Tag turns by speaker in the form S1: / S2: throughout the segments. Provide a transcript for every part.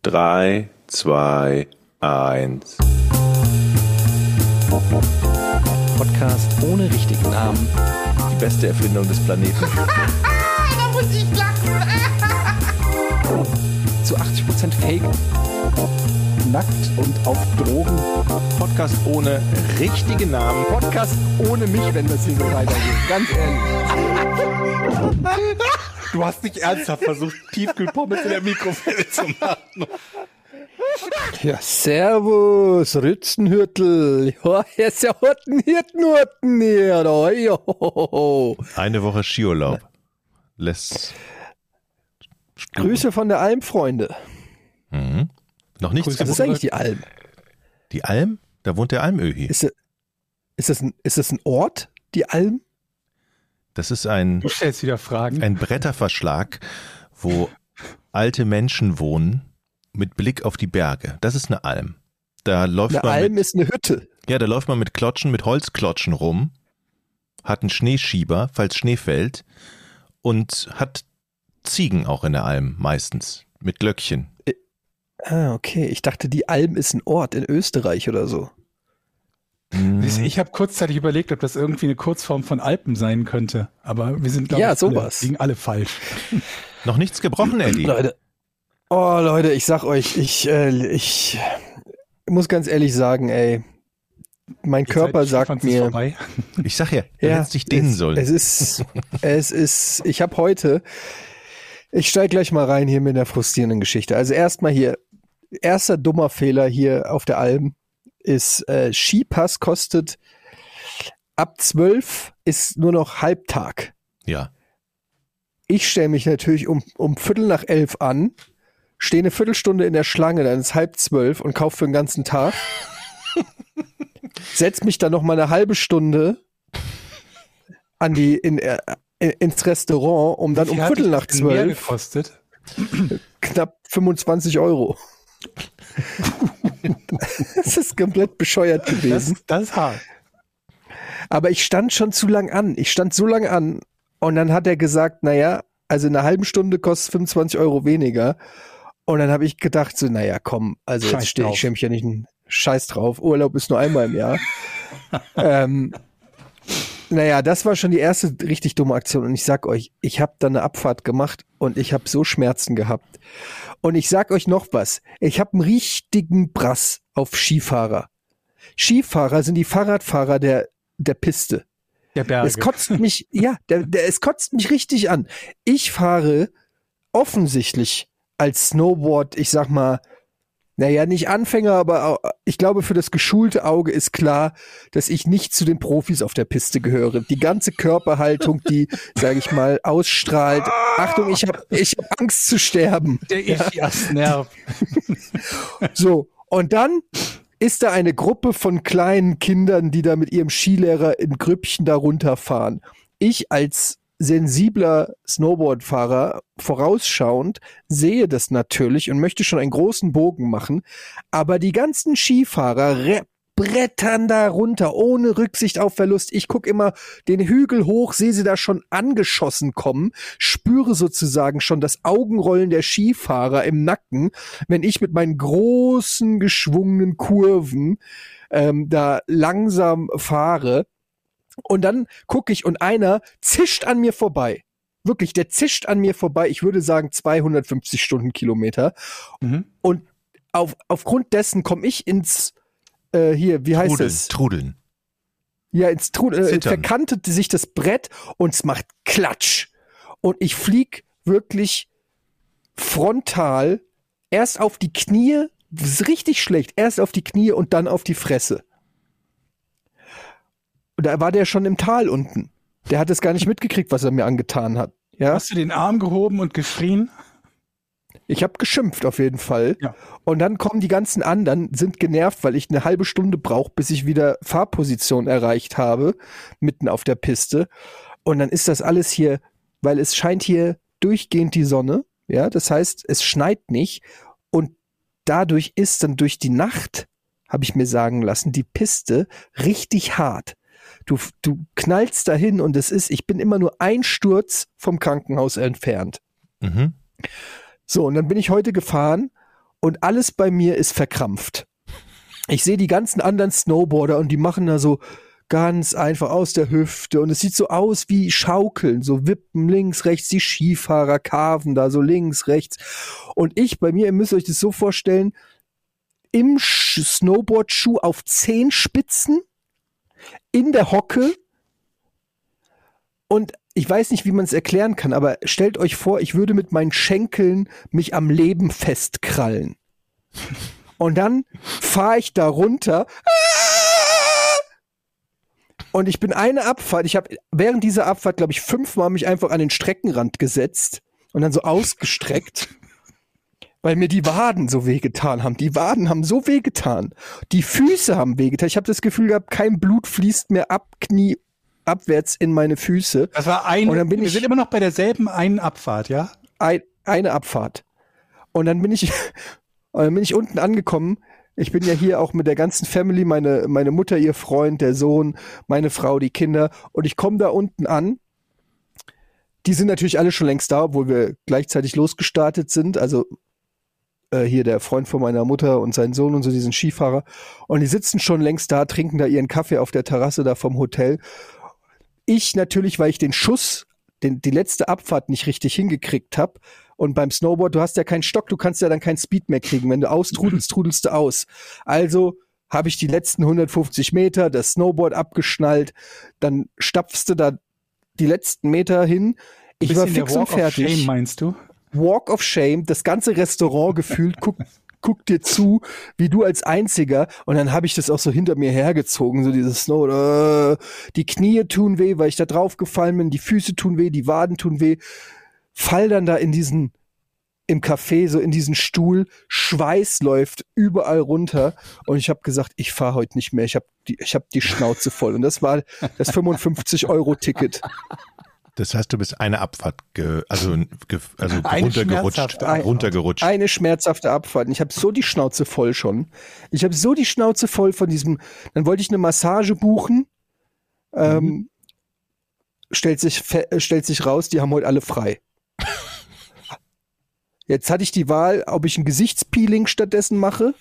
S1: 3, 2, 1.
S2: Podcast ohne richtigen Namen. Die beste Erfindung des Planeten.
S3: Da muss ich lachen.
S2: Zu 80% Fake.
S4: Nackt und auf Drogen.
S2: Podcast ohne richtigen Namen.
S4: Podcast ohne mich, wenn das hier so weitergeht. Ganz ehrlich.
S5: Du hast nicht ernsthaft versucht, Tiefkühlpommes in der Mikrowelle zu machen.
S4: Ja, servus, Rützenhürtel. Ja, hier ist ja Hirten hier. Da. Jo.
S6: Eine Woche Skiurlaub. Lässt.
S4: Grüße von der Alm, Freunde.
S6: Mhm. Noch nichts.
S4: Was ist eigentlich die Alm?
S6: Die Alm? Da wohnt der Almöhi.
S4: Ist das ein Ort, die Alm?
S6: Das ist ein
S5: Du stellst wieder Fragen.
S6: Bretterverschlag, wo alte Menschen wohnen mit Blick auf die Berge. Das ist eine Alm. Da läuft
S4: Eine
S6: man
S4: Alm
S6: mit,
S4: ist eine Hütte.
S6: ja, da läuft man mit Holzklotschen rum, hat einen Schneeschieber, falls Schnee fällt, und hat Ziegen auch in der Alm meistens mit Glöckchen.
S4: Ah, okay. Ich dachte, die Alm ist ein Ort in Österreich oder so.
S5: Ich habe kurzzeitig überlegt, ob das irgendwie eine Kurzform von Alpen sein könnte. Aber wir sind, glaube
S4: Ja,
S5: ich,
S4: sowas.
S5: liegen alle falsch.
S6: Noch nichts gebrochen, Eddie.
S4: Leute, ich sag euch, ich muss ganz ehrlich sagen, ey, mein Körper sagt mir,
S5: Vorbei.
S6: Ich sag ja, du hättest dich dehnen sollen.
S4: es ist, ich steige gleich mal rein hier mit einer frustrierenden Geschichte. Also erstmal hier, erster dummer Fehler hier auf der Alm ist, Skipass kostet ab 12 ist nur noch Halbtag.
S6: Ja.
S4: Ich stelle mich natürlich um 11:15 an, stehe eine Viertelstunde in der Schlange, dann ist 11:30 und kaufe für den ganzen Tag. Setz mich dann noch mal eine halbe Stunde ins Restaurant, um dann um
S5: Wie hat
S4: Viertel
S5: dich
S4: nach
S5: das denn mehr
S4: 12
S5: gekostet?
S4: knapp 25 €. Das ist komplett bescheuert gewesen.
S5: Das ist hart.
S4: Aber ich stand schon zu lang an. Ich stand so lang an und dann hat er gesagt, naja, also in einer halben Stunde kostet 25 € weniger. Und dann habe ich gedacht, so, naja, komm, also
S5: Scheiß
S4: jetzt stehe
S5: drauf.
S4: ich mich ja nicht einen Scheiß drauf. Urlaub ist nur einmal im Jahr. Naja, das war schon die erste richtig dumme Aktion. Und ich sag euch, ich habe da eine Abfahrt gemacht und ich habe so Schmerzen gehabt. Und ich sag euch noch was. Ich habe einen richtigen Brass auf Skifahrer. Skifahrer sind die Fahrradfahrer der Piste.
S5: Der Berge.
S4: Es kotzt mich, ja, es kotzt mich richtig an. Ich fahre offensichtlich als Snowboard, ich sag mal, naja, nicht Anfänger, aber ich glaube, für das geschulte Auge ist klar, dass ich nicht zu den Profis auf der Piste gehöre. Die ganze Körperhaltung, die, sage ich mal, ausstrahlt. Achtung, ich hab Angst zu sterben.
S5: Der Ischias-Nerv.
S4: So, und dann ist da eine Gruppe von kleinen Kindern, die da mit ihrem Skilehrer in Grüppchen da runterfahren. Ich als sensibler Snowboardfahrer vorausschauend sehe das natürlich und möchte schon einen großen Bogen machen, aber die ganzen Skifahrer brettern da runter, ohne Rücksicht auf Verlust. Ich gucke immer den Hügel hoch, sehe sie da schon angeschossen kommen, spüre sozusagen schon das Augenrollen der Skifahrer im Nacken, wenn ich mit meinen großen, geschwungenen Kurven da langsam fahre. Und dann gucke ich und einer zischt an mir vorbei. Wirklich, der zischt an mir vorbei. Ich würde sagen 250 Stundenkilometer.
S5: Mhm.
S4: Und aufgrund dessen komme ich ins wie heißt es?
S6: Trudeln.
S4: Ja, ins Trudeln.
S6: Zittern.
S4: Verkantet sich das Brett und es macht Klatsch. Und ich flieg wirklich frontal erst auf die Knie. Das ist richtig schlecht. Erst auf die Knie und dann auf die Fresse. Und da war der schon im Tal unten. Der hat es gar nicht mitgekriegt, was er mir angetan hat. Ja?
S5: Hast du den Arm gehoben und geschrien?
S4: Ich habe geschimpft auf jeden Fall.
S5: Ja.
S4: Und dann kommen die ganzen anderen, sind genervt, weil ich eine halbe Stunde brauche, bis ich wieder Fahrposition erreicht habe, mitten auf der Piste. Und dann ist das alles hier, weil es scheint hier durchgehend die Sonne. Ja, das heißt, es schneit nicht. Und dadurch ist dann durch die Nacht, habe ich mir sagen lassen, die Piste richtig hart. Du knallst dahin und ich bin immer nur ein Sturz vom Krankenhaus entfernt.
S6: Mhm.
S4: So, und dann bin ich heute gefahren und alles bei mir ist verkrampft. Ich sehe die ganzen anderen Snowboarder und die machen da so ganz einfach aus der Hüfte und es sieht so aus wie Schaukeln, so wippen links, rechts, die Skifahrer carven da so links, rechts und bei mir, ihr müsst euch das so vorstellen, im Snowboard-Schuh auf Zehenspitzen, in der Hocke und ich weiß nicht, wie man es erklären kann, aber stellt euch vor, ich würde mit meinen Schenkeln mich am Leben festkrallen. Und dann fahre ich da runter und ich bin eine Abfahrt, ich habe während dieser Abfahrt, glaube ich, 5-mal mich einfach an den Streckenrand gesetzt und dann so ausgestreckt, weil mir die Waden so wehgetan haben. Die Waden haben so wehgetan. Die Füße haben wehgetan. Ich habe das Gefühl gehabt, kein Blut fließt mehr ab Knie abwärts in meine Füße.
S5: Das war wir sind immer noch bei derselben einen Abfahrt, ja?
S4: Eine Abfahrt. Und dann bin ich unten angekommen. Ich bin ja hier auch mit der ganzen Family, meine Mutter, ihr Freund, der Sohn, meine Frau, die Kinder. Und ich komme da unten an. Die sind natürlich alle schon längst da, obwohl wir gleichzeitig losgestartet sind. Also hier der Freund von meiner Mutter und sein Sohn und so, die sind Skifahrer. Und die sitzen schon längst da, trinken da ihren Kaffee auf der Terrasse da vom Hotel. Ich natürlich, weil ich den Schuss, die letzte Abfahrt nicht richtig hingekriegt habe. Und beim Snowboard, du hast ja keinen Stock, du kannst ja dann keinen Speed mehr kriegen. Wenn du austrudelst, trudelst du aus. Also habe ich die letzten 150 Meter, das Snowboard abgeschnallt, dann stapfst du da die letzten Meter hin. Ich war fix und fertig.
S5: Walk of Shame, meinst du?
S4: Walk of Shame, das ganze Restaurant gefühlt guckt dir zu, wie du als Einziger. Und dann habe ich das auch so hinter mir hergezogen, so dieses Snow. Die Knie tun weh, weil ich da drauf gefallen bin, die Füße tun weh, die Waden tun weh. Fall dann da im Café, so in diesen Stuhl, Schweiß läuft überall runter und ich habe gesagt, ich fahre heute nicht mehr, ich hab die Schnauze voll und das war das 55-Euro-Ticket.
S6: Das heißt, du bist eine Abfahrt runtergerutscht.
S4: Eine schmerzhafte Abfahrt. Und ich habe so die Schnauze voll schon. Ich habe so die Schnauze voll von diesem, dann wollte ich eine Massage buchen, stellt sich raus, die haben heute alle frei. Jetzt hatte ich die Wahl, ob ich ein Gesichtspeeling stattdessen mache.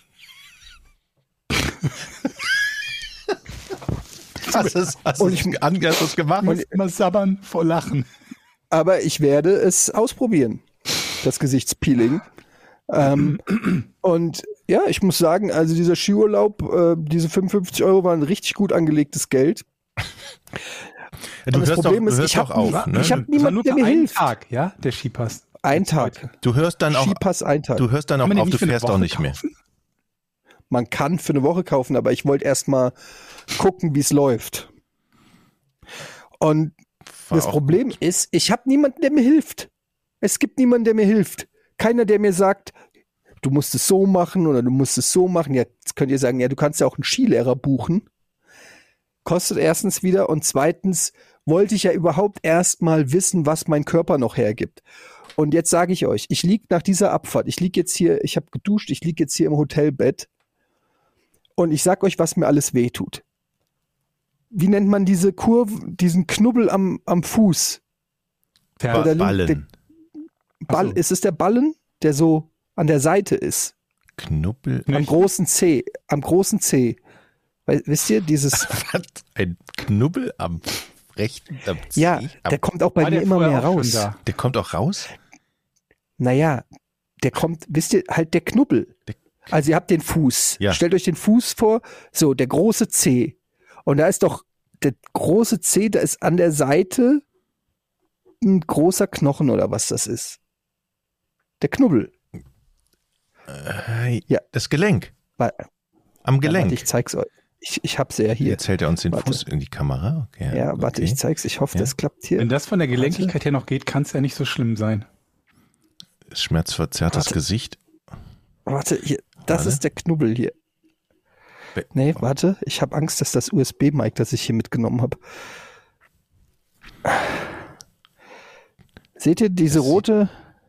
S6: Hast du es gemacht?
S5: Und immer sabbern vor Lachen.
S4: Aber ich werde es ausprobieren, das Gesichtspeeling. Und ja, ich muss sagen, also dieser Skiurlaub, diese 55 Euro waren richtig gut angelegtes Geld.
S6: Du hörst doch auf.
S4: Ich habe niemanden, der mir hilft.
S5: Tag, ja, der Skipass.
S4: Ein Tag.
S6: Du hörst dann auch,
S4: Skipass ein Tag.
S6: Du hörst dann auch auf, du fährst auch nicht mehr.
S4: Man kann für eine Woche kaufen, aber ich wollte erst mal gucken, wie es läuft. Und das Problem ist, ich habe niemanden, der mir hilft. Es gibt niemanden, der mir hilft. Keiner, der mir sagt, du musst es so machen oder du musst es so machen. Ja, jetzt könnt ihr sagen, ja, du kannst ja auch einen Skilehrer buchen. Kostet erstens wieder und zweitens wollte ich ja überhaupt erst mal wissen, was mein Körper noch hergibt. Und jetzt sage ich euch, ich liege nach dieser Abfahrt, ich liege jetzt hier, ich habe geduscht, ich liege jetzt hier im Hotelbett und ich sag euch, was mir alles wehtut. Wie nennt man diese Kurve, diesen Knubbel am Fuß?
S6: Ballen.
S4: Ist es der Ballen, der so an der Seite ist?
S6: Knubbel?
S4: Am großen C. Wisst ihr, dieses...
S6: Ein Knubbel am rechten C?
S4: Ja, der kommt auch bei mir immer mehr raus.
S6: Der kommt auch raus?
S4: Naja, der kommt, wisst ihr, halt der Knubbel. Also ihr habt den Fuß. Ja. Stellt euch den Fuß vor, so, der große C. Und da ist doch der große C, da ist an der Seite ein großer Knochen oder was das ist. Der Knubbel.
S6: Ja. Das Gelenk. Am Gelenk.
S4: Warte, ich zeig's euch. Ich hab's ja hier.
S6: Jetzt hält er uns den Fuß in die Kamera. Okay,
S4: ja, warte, ich zeig's. Ich hoffe, das klappt hier.
S5: Wenn das von der Gelenkigkeit her noch geht, kann es ja nicht so schlimm sein.
S6: Schmerzverzerrtes Gesicht.
S4: Warte, hier, das ist der Knubbel hier. Nee, warte, ich habe Angst, dass das USB-Mic, das ich hier mitgenommen habe. Seht ihr diese rote?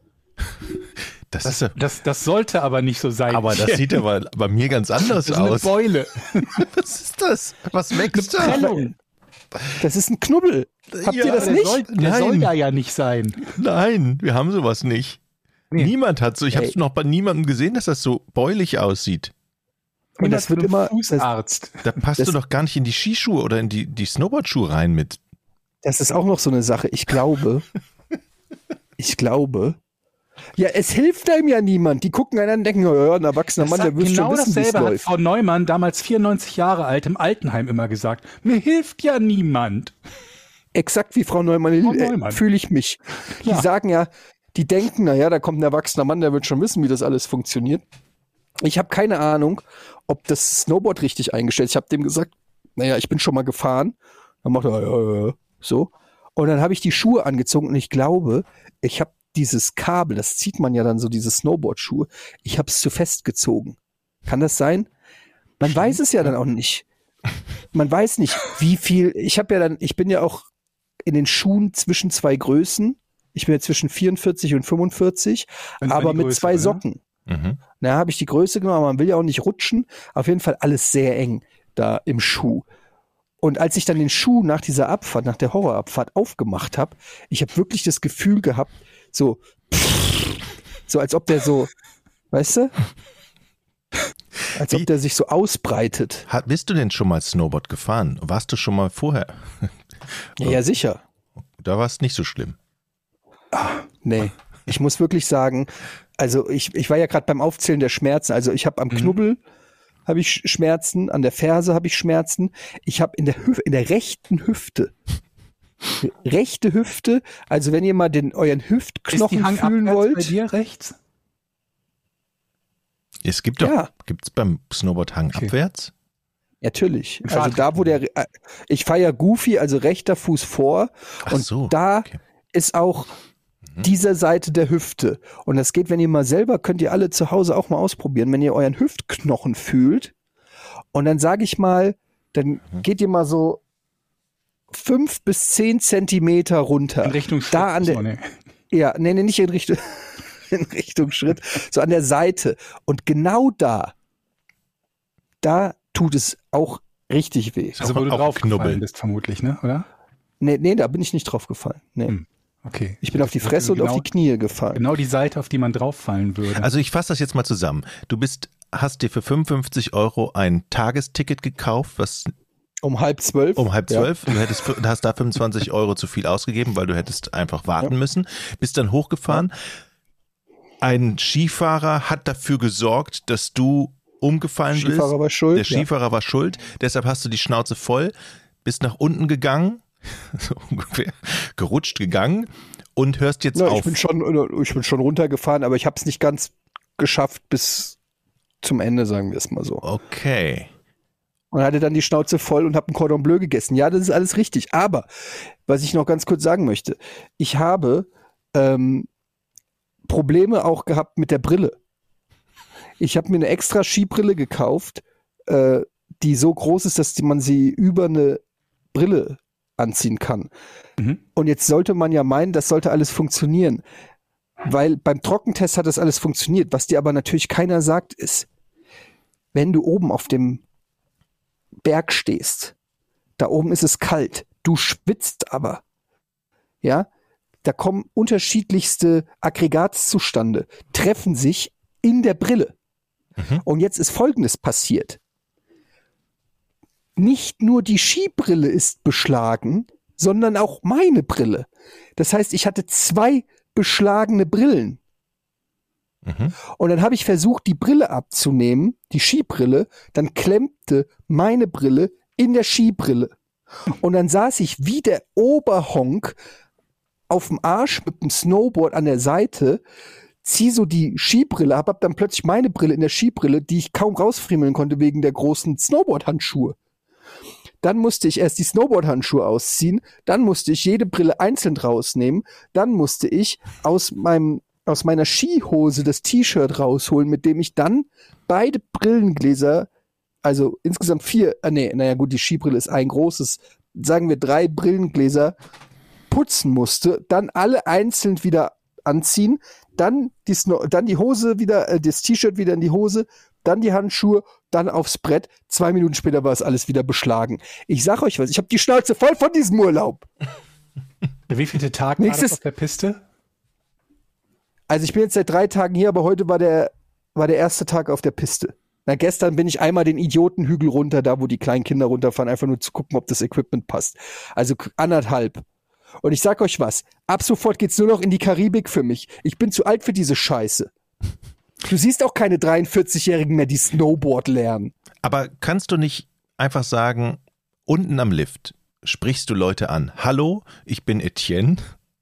S5: Das sollte aber nicht so sein.
S6: Aber das sieht aber bei mir ganz anders aus.
S5: Das ist eine Beule.
S6: Was ist das? Was wächst da?
S4: Das ist ein Knubbel. Habt ihr das nicht?
S5: Der soll da ja nicht sein.
S6: Nein, wir haben sowas nicht.
S5: Nee.
S6: Niemand hat so, ich habe es noch bei niemandem gesehen, dass das so bäulich aussieht.
S4: Und das wird immer,
S5: Fußarzt.
S6: Da passt du doch gar nicht in die Skischuhe oder in die Snowboardschuhe rein mit.
S4: das ist auch noch so eine Sache. Ich glaube, ja, es hilft einem ja niemand. Die gucken einen an und denken, ja, ein erwachsener Mann, der wüsste
S5: genau
S4: schon wissen, wie es
S5: dasselbe hat
S4: läuft.
S5: Frau Neumann, damals 94 Jahre alt, im Altenheim immer gesagt. Mir hilft ja niemand.
S4: Exakt wie Frau Neumann,
S5: Neumann.
S4: fühle ich mich.
S5: Ja.
S4: Die sagen ja, die denken, naja, da kommt ein erwachsener Mann, der wird schon wissen, wie das alles funktioniert. Ich habe keine Ahnung, ob das Snowboard richtig eingestellt ist. Ich habe dem gesagt, naja, ich bin schon mal gefahren. Dann macht er, ja, so. Und dann habe ich die Schuhe angezogen und ich glaube, ich habe dieses Kabel, das zieht man ja dann so, diese Snowboard-Schuhe, ich habe es zu fest gezogen. Kann das sein? Man weiß es ja dann auch nicht. Man weiß nicht, wie viel, ich bin ja auch in den Schuhen zwischen zwei Größen. Ich bin ja zwischen 44 und 45,
S5: Wenn's
S4: aber
S5: die
S4: mit
S5: Größe,
S4: 2
S5: oder?
S4: Socken.
S6: Mhm.
S4: Na, habe ich die Größe genommen, aber man will ja auch nicht rutschen. Auf jeden Fall alles sehr eng da im Schuh. Und als ich dann den Schuh nach dieser Abfahrt, nach der Horrorabfahrt aufgemacht habe, ich habe wirklich das Gefühl gehabt, so als ob der so, weißt du? Als ob der sich so ausbreitet.
S6: Bist du denn schon mal Snowboard gefahren? Warst du schon mal vorher?
S4: Ja, sicher.
S6: Da war es nicht so schlimm.
S4: Nee. Ich muss wirklich sagen, also ich war ja gerade beim Aufzählen der Schmerzen. Also ich habe am Knubbel habe ich Schmerzen, an der Ferse habe ich Schmerzen. Ich habe in der rechten Hüfte, rechte Hüfte, also wenn ihr mal euren Hüftknochen fühlen wollt.
S5: Bei dir rechts?
S6: Es gibt doch,
S4: Ja.
S6: gibt's beim Snowboard Hang
S5: Okay.
S6: abwärts?
S4: Natürlich.
S5: Im
S4: Also da, wo ich fahre ja Goofy, also rechter Fuß vor.
S6: Ach
S4: Und
S6: so,
S4: da
S6: okay.
S4: ist auch diese Seite der Hüfte. Und das geht, wenn ihr mal selber, könnt ihr alle zu Hause auch mal ausprobieren, wenn ihr euren Hüftknochen fühlt. Und dann sage ich mal, dann geht ihr mal so 5 bis 10 Zentimeter runter.
S5: In Richtung Schritt.
S4: Da an der,
S5: So, nee.
S4: ja, nee, nicht in Richtung, in Richtung Schritt, so an der Seite. Und genau da tut es auch richtig weh.
S5: Also wo du
S6: Auch
S5: draufgefallen
S6: Knubbel.
S5: bist vermutlich, ne? Oder?
S4: Nee, da bin ich nicht drauf gefallen. Nee.
S5: Hm. Okay.
S4: Ich bin auf die Fresse und auf die Knie gefallen.
S5: Genau die Seite, auf die man drauffallen würde.
S6: Also ich fasse das jetzt mal zusammen. Du hast dir für 55 € ein Tagesticket gekauft, was
S4: Um 11:30.
S6: um 11:30. Du hast da 25 € zu viel ausgegeben, weil du hättest einfach warten müssen. Bist dann hochgefahren. Ein Skifahrer hat dafür gesorgt, dass du umgefallen bist.
S4: Skifahrer war schuld.
S6: Der Skifahrer war schuld. Deshalb hast du die Schnauze voll, bist nach unten gegangen, so ungefähr, gerutscht gegangen und hörst jetzt
S4: Ja,
S6: auf.
S4: ich bin schon runtergefahren, aber ich habe es nicht ganz geschafft bis zum Ende, sagen wir es mal so.
S6: Okay.
S4: Und hatte dann die Schnauze voll und habe ein Cordon Bleu gegessen. Ja, das ist alles richtig. Aber, was ich noch ganz kurz sagen möchte, ich habe Probleme auch gehabt mit der Brille. Ich habe mir eine extra Skibrille gekauft, die so groß ist, dass man sie über eine Brille anziehen kann.
S5: Mhm.
S4: Und jetzt sollte man ja meinen, das sollte alles funktionieren. Weil beim Trockentest hat das alles funktioniert. Was dir aber natürlich keiner sagt, ist, wenn du oben auf dem Berg stehst, da oben ist es kalt, du schwitzt aber, ja, da kommen unterschiedlichste Aggregatzustände, treffen sich in der Brille. Und jetzt ist Folgendes passiert. Nicht nur die Skibrille ist beschlagen, sondern auch meine Brille. Das heißt, ich hatte 2 beschlagene Brillen. Und dann habe ich versucht, die Brille abzunehmen, die Skibrille, dann klemmte meine Brille in der Skibrille. Und dann saß ich wie der Oberhonk auf dem Arsch mit dem Snowboard an der Seite, zieh so die Skibrille ab, hab dann plötzlich meine Brille in der Skibrille, die ich kaum rausfriemeln konnte wegen der großen Snowboard-Handschuhe. Dann musste ich erst die Snowboard-Handschuhe ausziehen, dann musste ich jede Brille einzeln rausnehmen, dann musste ich aus meiner Skihose das T-Shirt rausholen, mit dem ich dann beide Brillengläser, also insgesamt 4, die Skibrille ist ein großes, sagen wir 3 Brillengläser, putzen musste, dann alle einzeln wieder anziehen, dann die Hose wieder, das T-Shirt wieder in die Hose, dann die Handschuhe, dann aufs Brett. 2 Minuten später war es alles wieder beschlagen. Ich sag euch was, ich habe die Schnauze voll von diesem Urlaub.
S5: Wie viele Tage war das auf der Piste?
S4: Also ich bin jetzt seit 3 Tagen hier, aber heute war der erste Tag auf der Piste. Na, gestern bin ich einmal den Idiotenhügel runter, da wo die kleinen Kinder runterfahren, einfach nur zu gucken, ob das Equipment passt. Also 1,5. Und ich sag euch was, ab sofort geht's nur noch in die Karibik für mich. Ich bin zu alt für diese Scheiße. Du siehst auch keine 43-Jährigen mehr, die Snowboard lernen.
S6: Aber kannst du nicht einfach sagen, unten am Lift sprichst du Leute an. Hallo, ich bin Etienne.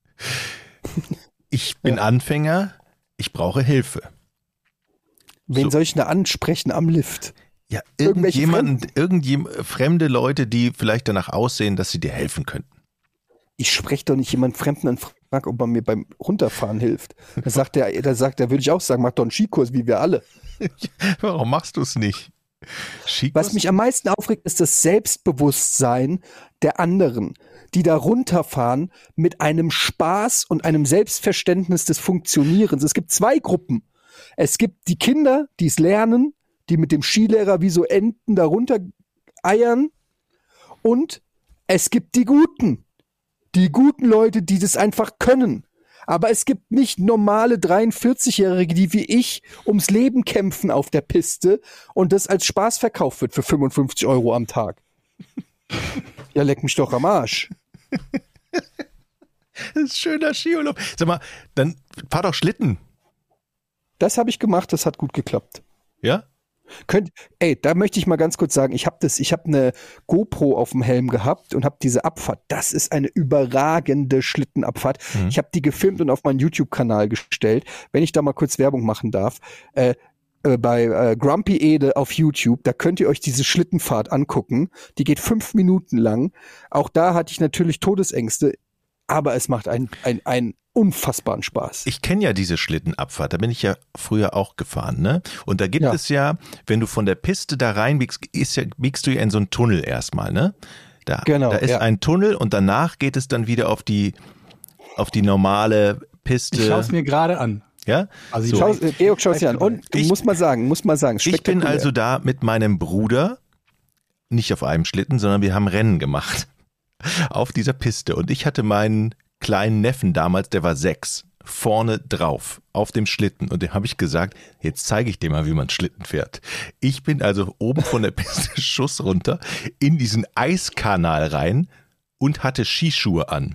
S6: Ich bin Anfänger. Ich brauche Hilfe.
S4: Wen soll ich denn da ansprechen am Lift?
S6: Ja,
S4: Irgendwelche
S6: fremde Leute, die vielleicht danach aussehen, dass sie dir helfen könnten.
S4: Ich spreche doch nicht jemanden Fremden an, frag, ob er mir beim Runterfahren hilft. Da sagt er, würde ich auch sagen, mach doch einen Skikurs, wie wir alle.
S6: Warum machst du es nicht? Skikurs?
S4: Was mich am meisten aufregt, ist das Selbstbewusstsein der anderen, die da runterfahren mit einem Spaß und einem Selbstverständnis des Funktionierens. Es gibt 2 Gruppen. Es gibt die Kinder, die es lernen, die mit dem Skilehrer wie so Enten da runter eiern. Und es gibt die guten Leute, die das einfach können. Aber es gibt nicht normale 43-Jährige, die wie ich ums Leben kämpfen auf der Piste und das als Spaß verkauft wird für 55 € am Tag. Ja, leck mich doch am Arsch.
S6: Das ist schöner Skiurlaub. Sag mal, dann fahr doch Schlitten.
S4: Das habe ich gemacht, das hat gut geklappt.
S6: Ja?
S4: Da möchte ich mal ganz kurz sagen, ich habe eine GoPro auf dem Helm gehabt und habe diese Abfahrt. Das ist eine überragende Schlittenabfahrt. Ich habe die gefilmt und auf meinen YouTube-Kanal gestellt. Wenn ich da mal kurz Werbung machen darf, bei Grumpy Ede auf YouTube, da könnt ihr euch diese Schlittenfahrt angucken. Die geht 5 Minuten lang. Auch da hatte ich natürlich Todesängste, aber es macht einen unfassbaren Spaß.
S6: Ich kenne ja diese Schlittenabfahrt, da bin ich ja früher auch gefahren, ne? Und da gibt es ja, wenn du von der Piste da reinbiegst, biegst du ja in so einen Tunnel erstmal, ne? Da ist ein Tunnel und danach geht es dann wieder auf die normale Piste.
S5: Ich schaue es mir gerade an.
S6: Ja?
S5: Also
S4: Georg, schau es dir an. Und muss mal sagen,
S6: ich bin also da mit meinem Bruder, nicht auf einem Schlitten, sondern wir haben Rennen gemacht auf dieser Piste. Und ich hatte meinen kleinen Neffen damals, der war 6, vorne drauf auf dem Schlitten. Und dem habe ich gesagt, jetzt zeige ich dir mal, wie man Schlitten fährt. Ich bin also oben von der Piste Schuss runter in diesen Eiskanal rein und hatte Skischuhe an.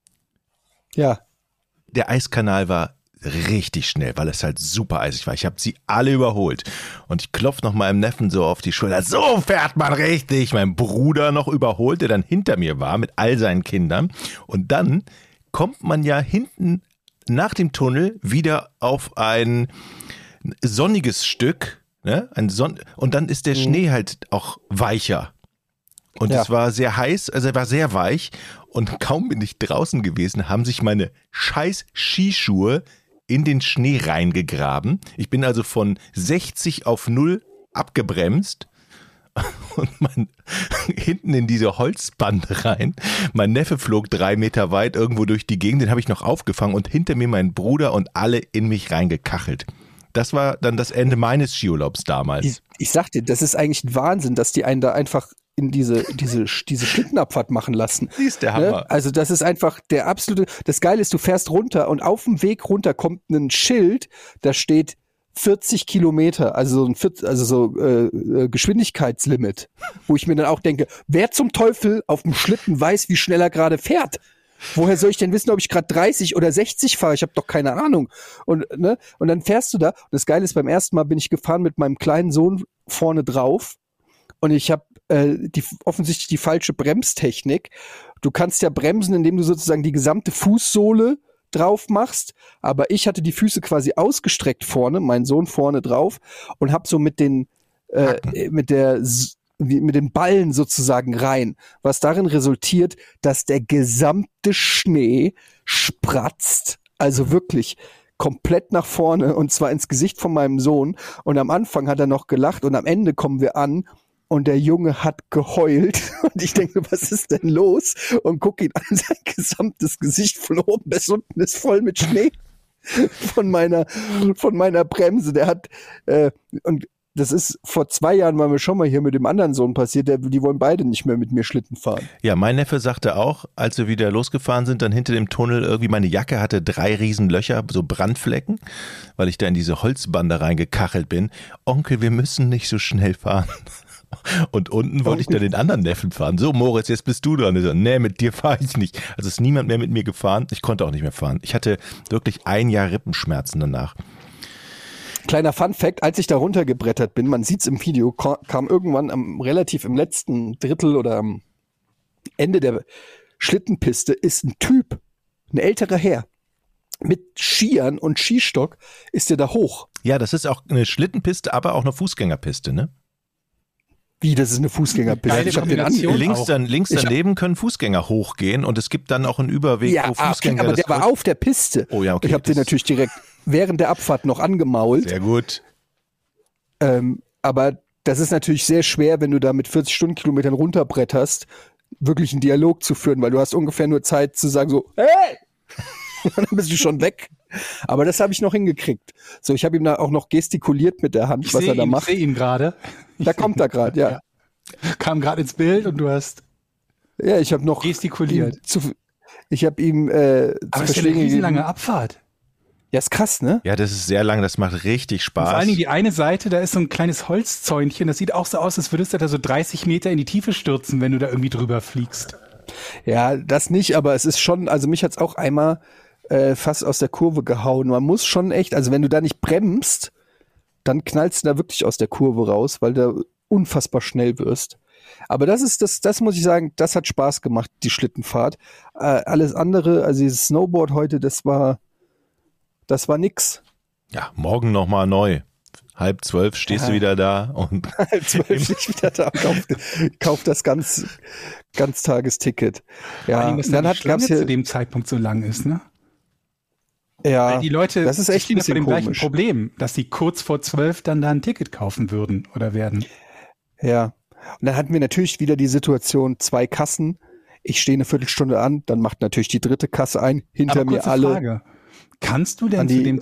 S4: Ja.
S6: Der Eiskanal war richtig schnell, weil es halt super eisig war. Ich habe sie alle überholt. Und ich klopfe noch meinem Neffen so auf die Schulter. So fährt man richtig. Mein Bruder noch überholt, der dann hinter mir war mit all seinen Kindern. Und dann kommt man ja hinten nach dem Tunnel wieder auf ein sonniges Stück. Ne? Und dann ist der Schnee halt auch weicher. Und es war sehr heiß, also er war sehr weich. Und kaum bin ich draußen gewesen, haben sich meine scheiß Skischuhe in den Schnee reingegraben. Ich bin also von 60 auf 0 abgebremst und hinten in diese Holzbande rein. Mein Neffe flog 3 Meter weit irgendwo durch die Gegend, den habe ich noch aufgefangen und hinter mir mein Bruder und alle in mich reingekachelt. Das war dann das Ende meines Skiurlaubs damals.
S4: Ich sag dir, das ist eigentlich ein Wahnsinn, dass die einen da einfach in diese Schlittenabfahrt machen lassen.
S6: Die ist der Hammer.
S4: Ne? Also das ist einfach der absolute, das Geile ist, du fährst runter und auf dem Weg runter kommt ein Schild, da steht 40 Kilometer, also Geschwindigkeitslimit, wo ich mir dann auch denke, wer zum Teufel auf dem Schlitten weiß, wie schnell er gerade fährt? Woher soll ich denn wissen, ob ich gerade 30 oder 60 fahre? Ich habe doch keine Ahnung. Und dann fährst du da. Und das Geile ist, beim ersten Mal bin ich gefahren mit meinem kleinen Sohn vorne drauf und ich habe offensichtlich die falsche Bremstechnik. Du kannst ja bremsen, indem du sozusagen die gesamte Fußsohle drauf machst, aber ich hatte die Füße quasi ausgestreckt vorne, mein Sohn vorne drauf und hab so mit den Ballen sozusagen rein, was darin resultiert, dass der gesamte Schnee spratzt, also wirklich komplett nach vorne und zwar ins Gesicht von meinem Sohn und am Anfang hat er noch gelacht und am Ende kommen wir an und der Junge hat geheult und ich denke, was ist denn los? Und guck ihn an, sein gesamtes Gesicht von oben bis unten ist voll mit Schnee von meiner Bremse. Der hat und das ist vor 2 Jahren war mir schon mal hier mit dem anderen Sohn passiert, die wollen beide nicht mehr mit mir Schlitten fahren.
S6: Ja, mein Neffe sagte auch, als wir wieder losgefahren sind, dann hinter dem Tunnel irgendwie, meine Jacke hatte 3 Riesenlöcher, so Brandflecken, weil ich da in diese Holzbande reingekachelt bin. Onkel, wir müssen nicht so schnell fahren. Und unten wollte ich dann den anderen Neffen fahren. So, Moritz, jetzt bist du dran. Ich so, nee, mit dir fahre ich nicht. Also ist niemand mehr mit mir gefahren. Ich konnte auch nicht mehr fahren. Ich hatte wirklich 1 Jahr Rippenschmerzen danach.
S4: Kleiner Fun-Fact, als ich da runtergebrettert bin, man sieht's im Video, kam irgendwann relativ im letzten Drittel oder am Ende der Schlittenpiste ist ein Typ, ein älterer Herr, mit Skiern und Skistock ist der da hoch.
S6: Ja, das ist auch eine Schlittenpiste, aber auch eine Fußgängerpiste, ne?
S4: Wie, das ist eine Fußgängerpiste?
S5: Geile
S4: Ich hab den
S5: Kombination.
S6: Links daneben können Fußgänger hochgehen und es gibt dann auch einen Überweg,
S4: ja,
S6: wo Fußgänger...
S4: okay, aber der war auf der Piste.
S6: Oh ja, okay.
S4: Ich habe den natürlich direkt während der Abfahrt noch angemault.
S6: Sehr gut.
S4: Aber das ist natürlich sehr schwer, wenn du da mit 40 Stundenkilometern runterbretterst, wirklich einen Dialog zu führen, weil du hast ungefähr nur Zeit zu sagen so, hey! Und dann bist du schon weg. Aber das habe ich noch hingekriegt. So, ich habe ihm da auch noch gestikuliert mit der Hand, was er da macht.
S5: Ich sehe ihn gerade.
S4: Da kommt er gerade, ja.
S5: Kam gerade ins Bild und du hast
S4: Ja, ich habe noch
S5: gestikuliert.
S4: Ich habe ihm
S5: Aber es ist ja eine riesenlange Abfahrt.
S4: Ja, ist krass, ne?
S6: Ja, das ist sehr lang, das macht richtig Spaß.
S5: Und vor allen Dingen die eine Seite, da ist so ein kleines Holzzäunchen, das sieht auch so aus, als würdest du da so 30 Meter in die Tiefe stürzen, wenn du da irgendwie drüber fliegst.
S4: Ja, das nicht, aber es ist schon, also mich hat's auch einmal fast aus der Kurve gehauen. Man muss schon echt, also wenn du da nicht bremst, dann knallst du da wirklich aus der Kurve raus, weil du unfassbar schnell wirst. Aber das muss ich sagen, das hat Spaß gemacht, die Schlittenfahrt. Alles andere, also dieses Snowboard heute, das war nix.
S6: Ja, morgen nochmal neu. 11:30 stehst du wieder da und
S4: 11:30 stehe ich wieder da und kauf das Ganztagesticket.
S5: Vor allen
S4: Ja,
S5: Dingen, dass
S4: dann
S5: die Schlange
S4: gab's hier,
S5: zu dem Zeitpunkt so lang ist, ne?
S4: ja,
S5: Weil die Leute
S4: das ist echt
S5: stehen
S4: ein
S5: vor dem
S4: bisschen
S5: gleichen
S4: komisch.
S5: Problem, dass sie kurz vor 12 dann da ein Ticket kaufen würden oder werden.
S4: Ja. Und dann hatten wir natürlich wieder die Situation, 2 Kassen. Ich stehe eine Viertelstunde an, dann macht natürlich die dritte Kasse ein, hinter
S5: Aber
S4: mir
S5: kurze
S4: alle.
S5: Frage. Kannst du denn zu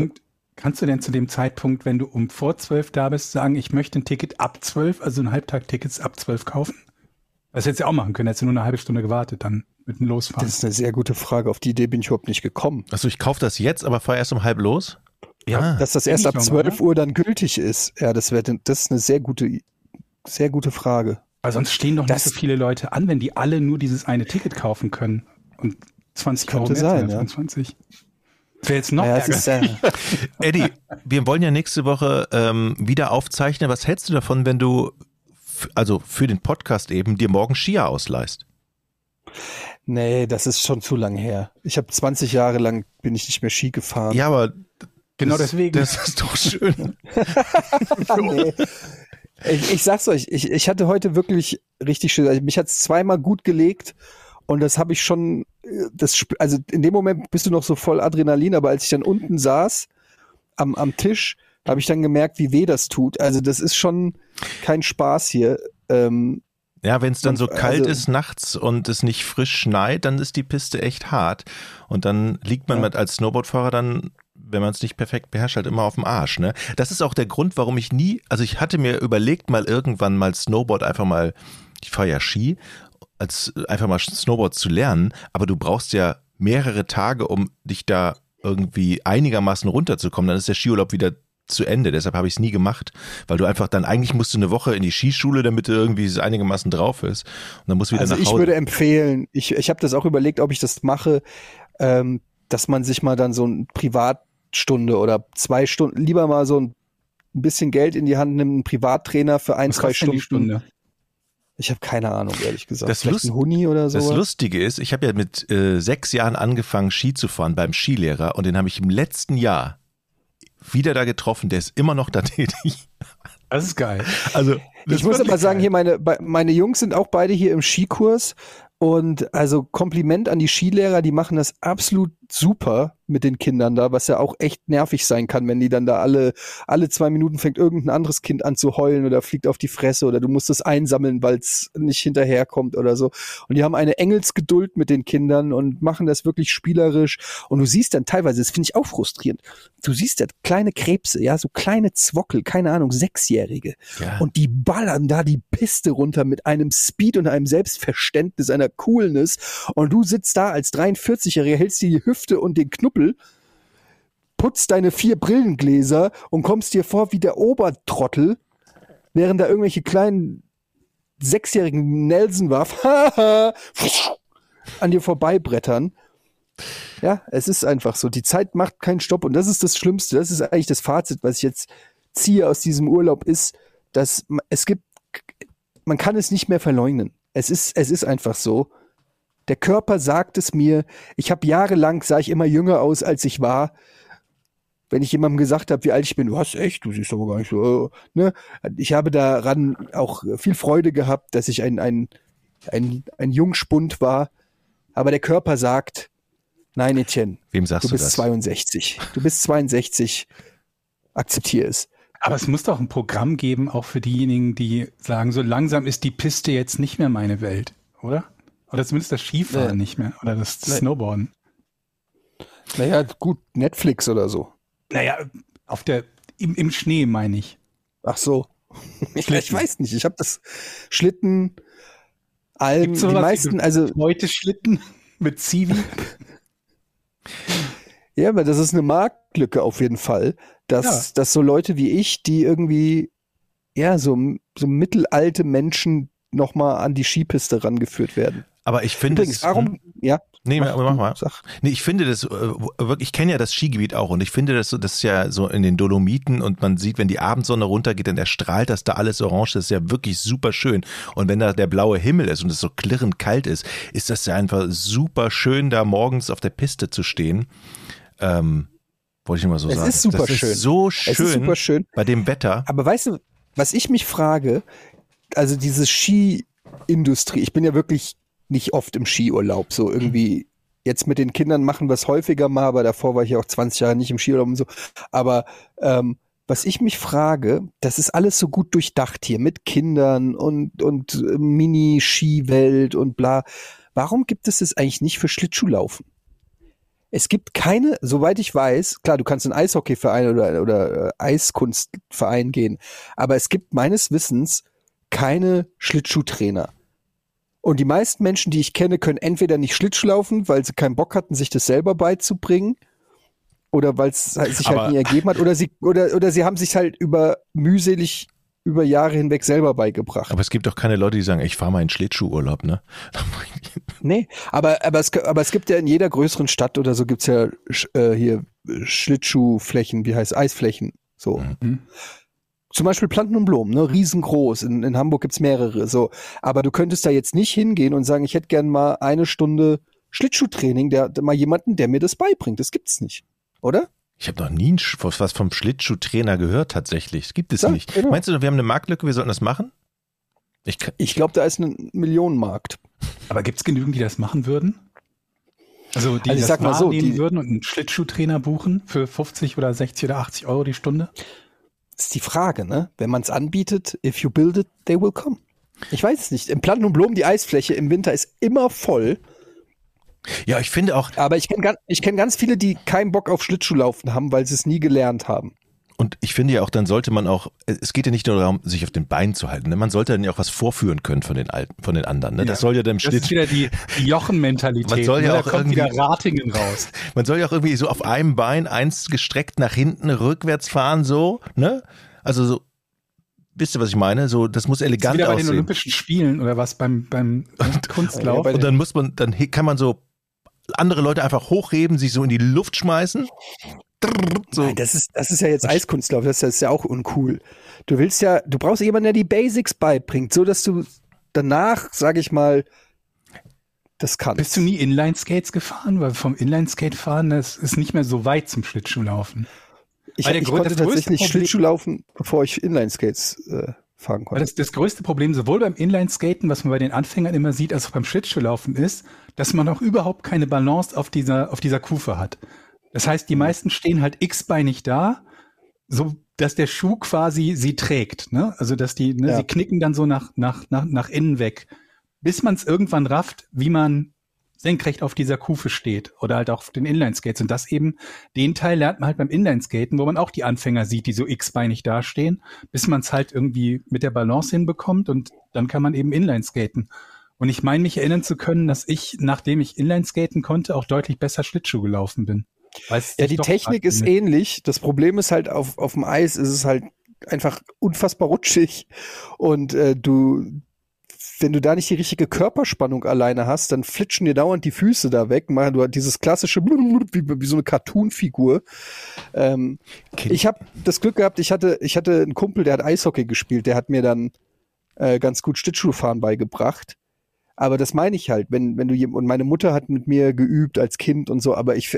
S5: dem Zeitpunkt, wenn du um vor 12 da bist, sagen, ich möchte ein Ticket ab 12, also ein Halbtag-Tickets ab 12 kaufen? Das hättest du ja auch machen können, hättest du nur eine halbe Stunde gewartet, dann mit dem Losfahren.
S4: Das ist eine sehr gute Frage. Auf die Idee bin ich überhaupt nicht gekommen.
S6: Achso, ich kaufe das jetzt, aber fahre erst um 11:30 los? Ja.
S4: Dass das erst
S5: Bin ich
S4: ab
S5: noch mal,
S4: 12 Uhr dann gültig ist. Ja, das ist eine sehr gute Frage.
S5: Weil sonst stehen doch nicht so viele Leute an, wenn die alle nur dieses eine Ticket kaufen können. Und 20 Euro
S4: Könnte
S5: mehr
S4: sein,
S5: zahlen,
S4: ja.
S5: 25. Das wäre jetzt noch
S4: Ja, es
S5: ärgerlich.
S4: ist,
S6: Eddie, wir wollen ja nächste Woche wieder aufzeichnen. Was hältst du davon, wenn du also für den Podcast eben dir morgen Skier ausleihst?
S4: nee, das ist schon zu lang her. Ich habe 20 Jahre lang bin ich nicht mehr Ski gefahren.
S6: Ja, aber
S5: Genau deswegen.
S6: Das ist doch schön.
S4: Nee. Ich sag's euch, ich hatte heute wirklich richtig schön. Also mich hat's zweimal gut gelegt und das habe ich schon, also in dem Moment bist du noch so voll Adrenalin, aber als ich dann unten saß am Tisch, habe ich dann gemerkt, wie weh das tut. Also das ist schon kein Spaß hier.
S6: Ja, wenn es dann so kalt
S4: also-
S6: ist nachts und es nicht frisch schneit, dann ist die Piste echt hart. Und dann liegt man als Snowboardfahrer dann, wenn man es nicht perfekt beherrscht, halt immer auf dem Arsch. Ne? Das ist auch der Grund, warum ich ich hatte mir überlegt, mal irgendwann mal Snowboard einfach mal, ich fahre ja Ski, einfach mal Snowboard zu lernen, aber du brauchst ja mehrere Tage, um dich da irgendwie einigermaßen runterzukommen. Dann ist der Skiurlaub wieder zu Ende. Deshalb habe ich es nie gemacht, weil du einfach dann, eigentlich musst du eine Woche in die Skischule, damit du irgendwie einigermaßen drauf ist. Und dann musst du wieder
S4: Also
S6: nach Hause.
S4: ich würde empfehlen, ich habe das auch überlegt, ob ich das mache, dass man sich mal dann so eine Privatstunde oder 2 Stunden, lieber mal so ein bisschen Geld in die Hand nimmt, einen Privattrainer für 1,
S5: Was
S4: 2
S5: kostet denn die
S4: Stunden.
S5: Stunde?
S4: Ich habe keine Ahnung, ehrlich gesagt.
S6: Das
S4: Vielleicht ein Huni oder so.
S6: Das Lustige ist, ich habe ja mit 6 Jahren angefangen, Ski zu fahren beim Skilehrer und den habe ich im letzten Jahr wieder da getroffen, der ist immer noch da tätig.
S5: Das ist geil.
S6: Also
S4: Ich muss aber sagen, hier meine Jungs sind auch beide hier im Skikurs und also Kompliment an die Skilehrer, die machen das absolut super mit den Kindern da, was ja auch echt nervig sein kann, wenn die dann da alle 2 Minuten fängt irgendein anderes Kind an zu heulen oder fliegt auf die Fresse oder du musst es einsammeln, weil es nicht hinterherkommt oder so. Und die haben eine Engelsgeduld mit den Kindern und machen das wirklich spielerisch. Und du siehst dann teilweise, das finde ich auch frustrierend, du siehst ja kleine Krebse, ja, so kleine Zwockel, keine Ahnung, 6-Jährige. Ja. Und die ballern da die Piste runter mit einem Speed und einem Selbstverständnis, einer Coolness. Und du sitzt da als 43-Jähriger, hältst dir die Hüfte und den Knuppel, putzt deine 4 Brillengläser und kommst dir vor wie der Obertrottel, während da irgendwelche kleinen 6-jährigen Nelson-Waff an dir vorbeibrettern. Ja, es ist einfach so. Die Zeit macht keinen Stopp und das ist das Schlimmste. Das ist eigentlich das Fazit, was ich jetzt ziehe aus diesem Urlaub, ist, dass man kann es nicht mehr verleugnen. Es ist einfach so. Der Körper sagt es mir. Ich habe jahrelang, sah ich immer jünger aus, als ich war. Wenn ich jemandem gesagt habe, wie alt ich bin, was, echt? Du siehst aber gar nicht so. Ne? Ich habe daran auch viel Freude gehabt, dass ich ein Jungspund war. Aber der Körper sagt, nein, Etienne,
S6: wem sagst
S4: du bist
S6: das?
S4: 62. Du bist 62. Akzeptiere es.
S5: Aber es muss doch ein Programm geben, auch für diejenigen, die sagen, so langsam ist die Piste jetzt nicht mehr meine Welt, oder? Oder zumindest das Skifahren nicht mehr. Oder das Snowboarden.
S4: Naja, gut, Netflix oder so.
S5: Naja, im Schnee meine ich.
S4: Ach so. Ich weiß nicht. Ich habe das Schlitten, Alm, die meisten, also
S5: Leute Schlitten mit Zivi.
S4: Ja, aber das ist eine Marktlücke auf jeden Fall, dass so Leute wie ich, die irgendwie, ja, so mittelalte Menschen nochmal an die Skipiste rangeführt werden.
S6: Aber ich finde
S4: übrigens, warum, ja.
S6: Nee, mach mal. Nee, ich finde das wirklich, ich kenne ja das Skigebiet auch und ich finde das ist ja so in den Dolomiten und man sieht, wenn die Abendsonne runtergeht, dann erstrahlt das da alles orange, das ist ja wirklich super schön. Und wenn da der blaue Himmel ist und es so klirrend kalt ist das ja einfach super schön, da morgens auf der Piste zu stehen. Wollte ich immer so sagen.
S4: Es ist super schön.
S6: Es ist so schön,
S4: es ist super schön
S6: bei dem Wetter.
S4: Aber weißt du, was ich mich frage, also diese Skiindustrie, ich bin ja wirklich nicht oft im Skiurlaub, so irgendwie, jetzt mit den Kindern machen wir es häufiger mal, aber davor war ich ja auch 20 Jahre nicht im Skiurlaub und so, aber was ich mich frage, das ist alles so gut durchdacht hier, mit Kindern und Mini-Skiwelt und bla, warum gibt es das eigentlich nicht für Schlittschuhlaufen? Es gibt keine, soweit ich weiß, klar, du kannst in einen Eishockeyverein oder Eiskunstverein gehen, aber es gibt meines Wissens keine Schlittschuhtrainer. Und die meisten Menschen, die ich kenne, können entweder nicht Schlittschuh laufen, weil sie keinen Bock hatten, sich das selber beizubringen, oder weil es sich halt nie ergeben hat, oder sie haben sich halt mühselig über Jahre hinweg selber beigebracht.
S6: Aber es gibt doch keine Leute, die sagen, ich fahre mal in Schlittschuhurlaub, ne?
S4: Nee, aber es gibt ja in jeder größeren Stadt oder so gibt's ja hier Schlittschuhflächen, Eisflächen, so. Mhm. Zum Beispiel Planten und Blumen, ne, riesengroß. In Hamburg gibt's mehrere, so. Aber du könntest da jetzt nicht hingehen und sagen, ich hätte gern mal 1 Stunde Schlittschuhtraining, mal jemanden, der mir das beibringt. Das gibt's nicht, oder?
S6: Ich habe noch nie was vom Schlittschuhtrainer gehört, tatsächlich. Das gibt es nicht. Genau. Meinst du, wir haben eine Marktlücke, wir sollten das machen?
S4: Ich glaube, da ist ein Millionenmarkt. Aber
S5: gibt's genügend, die das machen würden? Also die
S4: ich
S5: das wahrnehmen würden und einen Schlittschuhtrainer buchen für 50 oder 60 oder 80 Euro die Stunde?
S4: Das ist die Frage, ne? Wenn man es anbietet, if you build it, they will come. Ich weiß es nicht. Im Planten und Blumen, die Eisfläche im Winter ist immer voll.
S6: Ja, ich finde auch.
S4: Aber ich kenn ganz viele, die keinen Bock auf Schlittschuhlaufen haben, weil sie es nie gelernt haben.
S6: Und ich finde ja auch, dann sollte man auch, es geht ja nicht nur darum, sich auf den Beinen zu halten, ne? Man sollte dann ja auch was vorführen können von den anderen. Ne?
S5: Ja,
S6: das soll ja dann
S5: das ist wieder die Jochen-Mentalität.
S6: Man soll ja auch
S5: da kommt wieder Ratingen raus.
S6: Man soll ja auch irgendwie so auf einem Bein, eins gestreckt nach hinten, rückwärts fahren, so, ne? Also so, wisst ihr, was ich meine? So, das muss elegant aussehen.
S5: Wieder bei den Olympischen Spielen oder was beim Kunstlauf.
S6: Und dann kann man so andere Leute einfach hochheben, sich so in die Luft schmeißen. So.
S4: Nein, das ist ja jetzt Eiskunstlauf, das ist ja auch uncool. Du brauchst jemanden, der die Basics beibringt, so dass du danach, sage ich mal, das kannst.
S5: Bist du nie Inline-Skates gefahren? Weil vom Inline-Skate-Fahren, das ist nicht mehr so weit zum Schlittschuhlaufen.
S4: Ich konnte tatsächlich Schlittschuhlaufen, bevor ich Inline-Skates fahren konnte.
S5: Das größte Problem sowohl beim Inlineskaten, was man bei den Anfängern immer sieht, als auch beim Schlittschuhlaufen ist, dass man auch überhaupt keine Balance auf dieser Kufe hat. Das heißt, die meisten stehen halt x-beinig da, so dass der Schuh quasi sie trägt, ne? Also dass sie knicken dann so nach innen weg, bis man es irgendwann rafft, wie man senkrecht auf dieser Kufe steht oder halt auch auf den Inlineskates. Und das eben, den Teil lernt man halt beim Inlineskaten, wo man auch die Anfänger sieht, die so x-beinig dastehen, bis man es halt irgendwie mit der Balance hinbekommt und dann kann man eben Inlineskaten. Und ich meine, mich erinnern zu können, dass ich, nachdem ich Inlineskaten konnte, auch deutlich besser Schlittschuh gelaufen bin.
S4: Ja, die Technik ist ähnlich. Das Problem ist halt, auf dem Eis ist es halt einfach unfassbar rutschig und wenn du da nicht die richtige Körperspannung alleine hast, dann flitschen dir dauernd die Füße da weg. Du hast dieses klassische wie so eine Cartoon-Figur. Ich habe das Glück gehabt, ich hatte einen Kumpel, der hat Eishockey gespielt, der hat mir dann ganz gut Schlittschuhfahren beigebracht. Aber das meine ich halt, wenn du und meine Mutter hat mit mir geübt als Kind und so, aber ich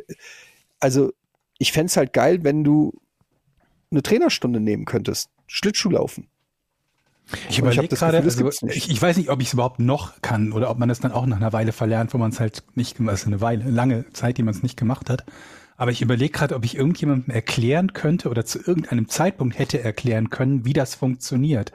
S4: fände es halt geil, wenn du eine Trainerstunde nehmen könntest. Schlittschuhlaufen.
S5: Ich überlege gerade, ich weiß nicht, ob ich es überhaupt noch kann oder ob man das dann auch nach einer Weile verlernt, wo man es halt nicht gemacht hat. Also eine lange Zeit, die man es nicht gemacht hat. Aber ich überlege gerade, ob ich irgendjemandem erklären könnte oder zu irgendeinem Zeitpunkt hätte erklären können, wie das funktioniert.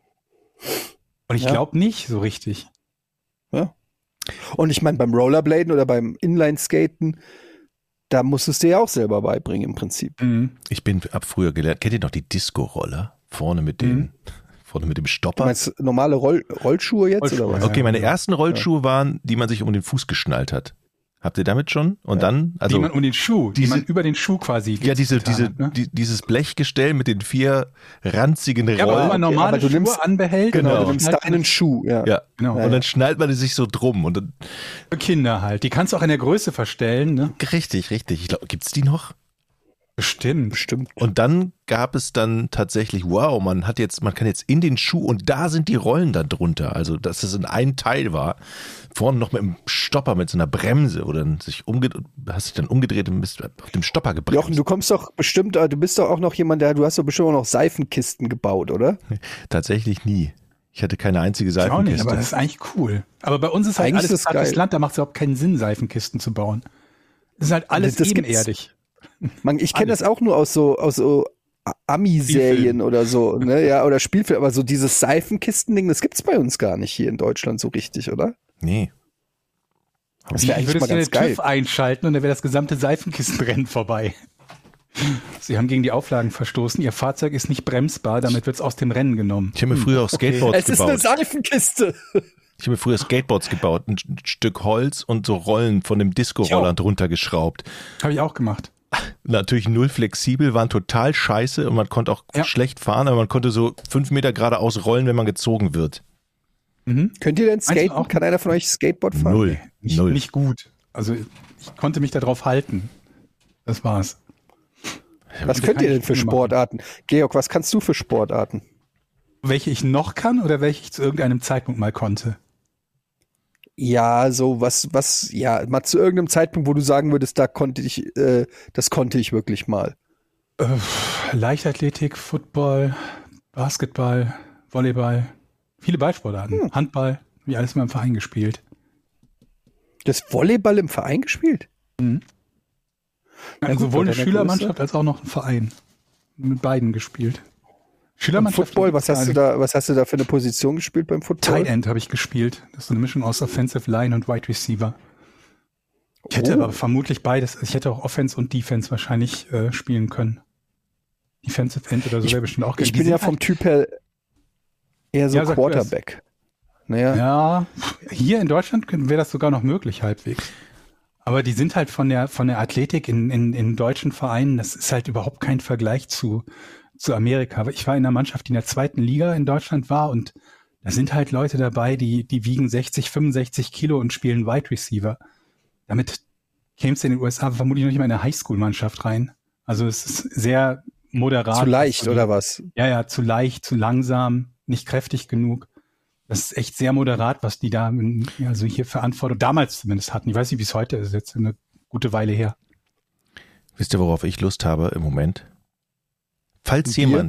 S5: Und ich glaube nicht so richtig.
S4: Ja. Und ich meine, beim Rollerbladen oder beim Inlineskaten, da musstest du ja auch selber beibringen im Prinzip.
S6: Ich bin ab früher gelernt. Kennt ihr noch die Disco-Roller? Vorne mit dem Stopper.
S4: Du meinst normale Rollschuhe jetzt? Oder was?
S6: Okay, meine ersten Rollschuhe waren, die man sich um den Fuß geschnallt hat. Habt ihr damit schon? Und dann, also.
S5: Die man um den Schuh, die man über den Schuh quasi.
S6: Ja, dieses Blechgestell mit den 4 ranzigen Rollen.
S5: Ja, aber wenn man normale Schuhe anbehält.
S4: Genau, du nimmst deinen Schuh.
S6: Ja, genau. Und dann schnallt man sich so drum. Und dann,
S5: für Kinder halt. Die kannst du auch in der Größe verstellen, ne?
S6: Richtig. Ich glaube, gibt's die noch?
S5: Bestimmt.
S6: Und dann gab es dann tatsächlich, man kann jetzt in den Schuh und da sind die Rollen dann drunter. Also, dass es in ein Teil war. Vorne noch mit einem Stopper, mit so einer Bremse, wo dann hast dich dann umgedreht und bist auf dem Stopper gebremst.
S4: Jochen, du kommst doch bestimmt, du bist doch auch noch jemand, du hast doch bestimmt auch noch Seifenkisten gebaut, oder?
S6: Tatsächlich nie. Ich hatte keine einzige
S5: Seifenkiste. Ich auch nicht, aber das ist eigentlich cool. Aber bei uns ist halt alles plattes Land, da macht es überhaupt keinen Sinn, Seifenkisten zu bauen. Das ist halt alles ebenerdig.
S4: Ich kenne das auch nur aus so Ami-Serien oder so, ne? Ja, oder Spielfilme, aber so dieses Seifenkisten-Ding, das gibt's bei uns gar nicht hier in Deutschland so richtig, oder?
S6: Nee.
S4: Das wäre eigentlich mal ganz geil.
S5: TÜV einschalten und dann wäre das gesamte Seifenkistenrennen vorbei. Sie haben gegen die Auflagen verstoßen, Ihr Fahrzeug ist nicht bremsbar, damit wird es aus dem Rennen genommen.
S6: Ich habe mir früher auch Skateboards gebaut.
S4: Es ist eine Seifenkiste.
S6: Ich habe mir früher Skateboards gebaut, ein Stück Holz und so Rollen von dem Disco-Roller drunter geschraubt.
S5: Habe ich auch gemacht.
S6: Natürlich null flexibel, waren total scheiße und man konnte auch schlecht fahren, aber man konnte so 5 Meter geradeaus rollen, wenn man gezogen wird.
S4: Könnt ihr denn skaten? Kann einer von euch Skateboard fahren?
S6: Null.
S5: Nicht gut. Also ich konnte mich darauf halten. Das war's.
S4: Was könnt ihr denn für Sportarten? Georg, was kannst du für Sportarten?
S5: Welche ich noch kann oder welche ich zu irgendeinem Zeitpunkt mal konnte?
S4: Ja, so mal zu irgendeinem Zeitpunkt, wo du sagen würdest, das konnte ich wirklich mal.
S5: Leichtathletik, Football, Basketball, Volleyball, viele Ballsportarten. Handball, wie alles mal im Verein gespielt.
S4: Das Volleyball im Verein gespielt?
S5: Ja, sowohl eine Schülermannschaft als auch noch ein Verein. Mit beiden gespielt.
S4: Schülermannschaft. Football, was hast du da für eine Position gespielt beim Football?
S5: Tight End habe ich gespielt. Das ist eine Mischung aus Offensive Line und Wide Receiver. Ich hätte aber vermutlich beides. Ich hätte auch Offense und Defense wahrscheinlich spielen können. Defensive End oder so wäre bestimmt auch.
S4: Ich bin ja vom Typ her eher so Quarterback. Naja.
S5: Ja, hier in Deutschland wäre das sogar noch möglich halbwegs. Aber die sind halt von der Athletik in deutschen Vereinen, das ist halt überhaupt kein Vergleich zu Amerika. Ich war in einer Mannschaft, die in der 2. Liga in Deutschland war und da sind halt Leute dabei, die wiegen 60, 65 Kilo und spielen Wide Receiver. Damit kämst du in den USA vermutlich noch nicht mal in eine Highschool-Mannschaft rein. Also es ist sehr moderat.
S4: Zu leicht oder was?
S5: Ja, zu leicht, zu langsam, nicht kräftig genug. Das ist echt sehr moderat, was die da also hier Verantwortung damals zumindest hatten. Ich weiß nicht, wie es heute ist, jetzt eine gute Weile her.
S6: Wisst ihr, worauf ich Lust habe im Moment? Falls jemand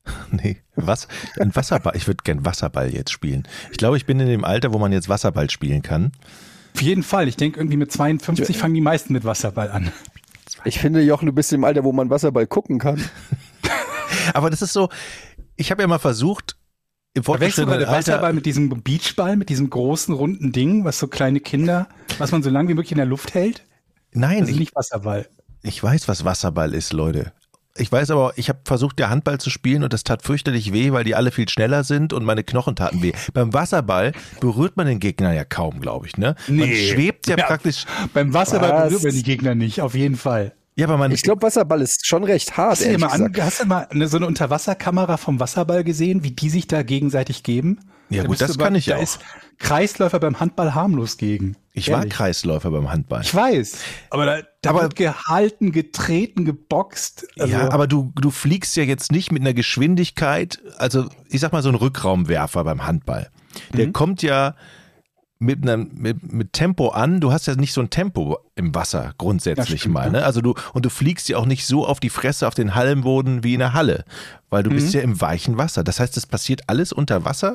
S6: Nee, was? Ein Wasserball. Ich würde gern Wasserball jetzt spielen. Ich glaube, ich bin in dem Alter, wo man jetzt Wasserball spielen kann.
S5: Auf jeden Fall. Ich denke, irgendwie mit 52 fangen die meisten mit Wasserball an.
S4: Ich finde, Jochen, du bist im Alter, wo man Wasserball gucken kann.
S6: Aber das ist so, ich habe ja mal versucht, im fortgeschrittenen
S5: der Wasserball mit diesem Beachball, mit diesem großen, runden Ding, was so kleine Kinder, was man so lange wie möglich in der Luft hält?
S6: Nein,
S5: das ist nicht Wasserball.
S6: Ich weiß, was Wasserball ist, Leute. Ich weiß aber, ich habe versucht, der Handball zu spielen und das tat fürchterlich weh, weil die alle viel schneller sind und meine Knochen taten weh. Beim Wasserball berührt man den Gegner ja kaum, glaube ich, ne? Man schwebt ja praktisch.
S5: Beim Wasserball berührt man die Gegner nicht, auf jeden Fall.
S6: Ja, aber
S4: ich glaube, Wasserball ist schon recht hart.
S5: Hast du mal so eine Unterwasserkamera vom Wasserball gesehen, wie die sich da gegenseitig geben?
S6: Ja gut, das kann ich ja auch.
S5: Da ist Kreisläufer beim Handball harmlos gegen.
S6: Ich war Kreisläufer beim Handball.
S5: Ich weiß, aber da wird gehalten, getreten, geboxt.
S6: Also ja, aber du fliegst ja jetzt nicht mit einer Geschwindigkeit, also ich sag mal so ein Rückraumwerfer beim Handball. Der kommt ja mit Tempo an. Du hast ja nicht so ein Tempo im Wasser grundsätzlich mal, ne? Also du fliegst ja auch nicht so auf die Fresse auf den Hallenboden wie in der Halle, weil du bist ja im weichen Wasser. Das heißt, das passiert alles unter Wasser?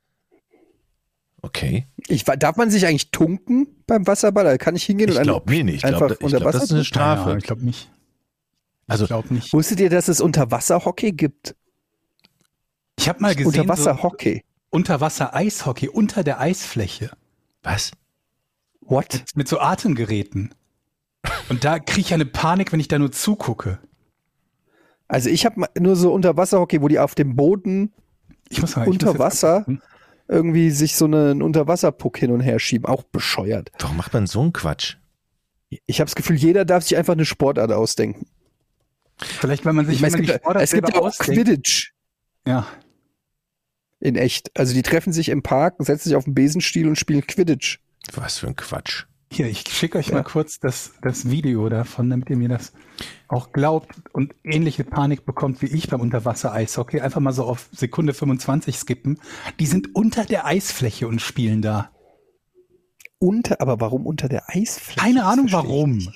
S6: Okay.
S4: Darf man sich eigentlich tunken beim Wasserball? Da kann ich hingehen
S6: ich glaube nicht. Ich glaube, das ist eine Strafe.
S5: Ja, ich glaube nicht.
S6: Also,
S5: ich glaube nicht.
S4: Wusstet ihr, dass es Unterwasserhockey gibt?
S5: Ich habe mal gesehen,
S4: Unterwasserhockey.
S5: Unterwasser-Eishockey unter der Eisfläche.
S6: Was?
S4: What?
S5: Mit so Atemgeräten. Und da kriege ich eine Panik, wenn ich da nur zugucke.
S4: Also ich habe nur so Unterwasserhockey, wo die auf dem Boden unter Wasser irgendwie sich so einen Unterwasserpuck hin und her schieben. Auch bescheuert.
S6: Warum macht man so einen Quatsch?
S4: Ich habe das Gefühl, jeder darf sich einfach eine Sportart ausdenken.
S5: Vielleicht, weil man sich
S4: es gibt ja auch Quidditch.
S5: Ja.
S4: In echt. Also die treffen sich im Park, setzen sich auf den Besenstiel und spielen Quidditch.
S6: Was für ein Quatsch.
S5: Hier, ich schicke euch mal kurz das Video davon, damit ihr mir das auch glaubt und ähnliche Panik bekommt wie ich beim Unterwasser-Eishockey. Einfach mal so auf Sekunde 25 skippen. Die sind unter der Eisfläche und spielen da.
S4: Aber warum unter der Eisfläche?
S5: Keine Ahnung warum.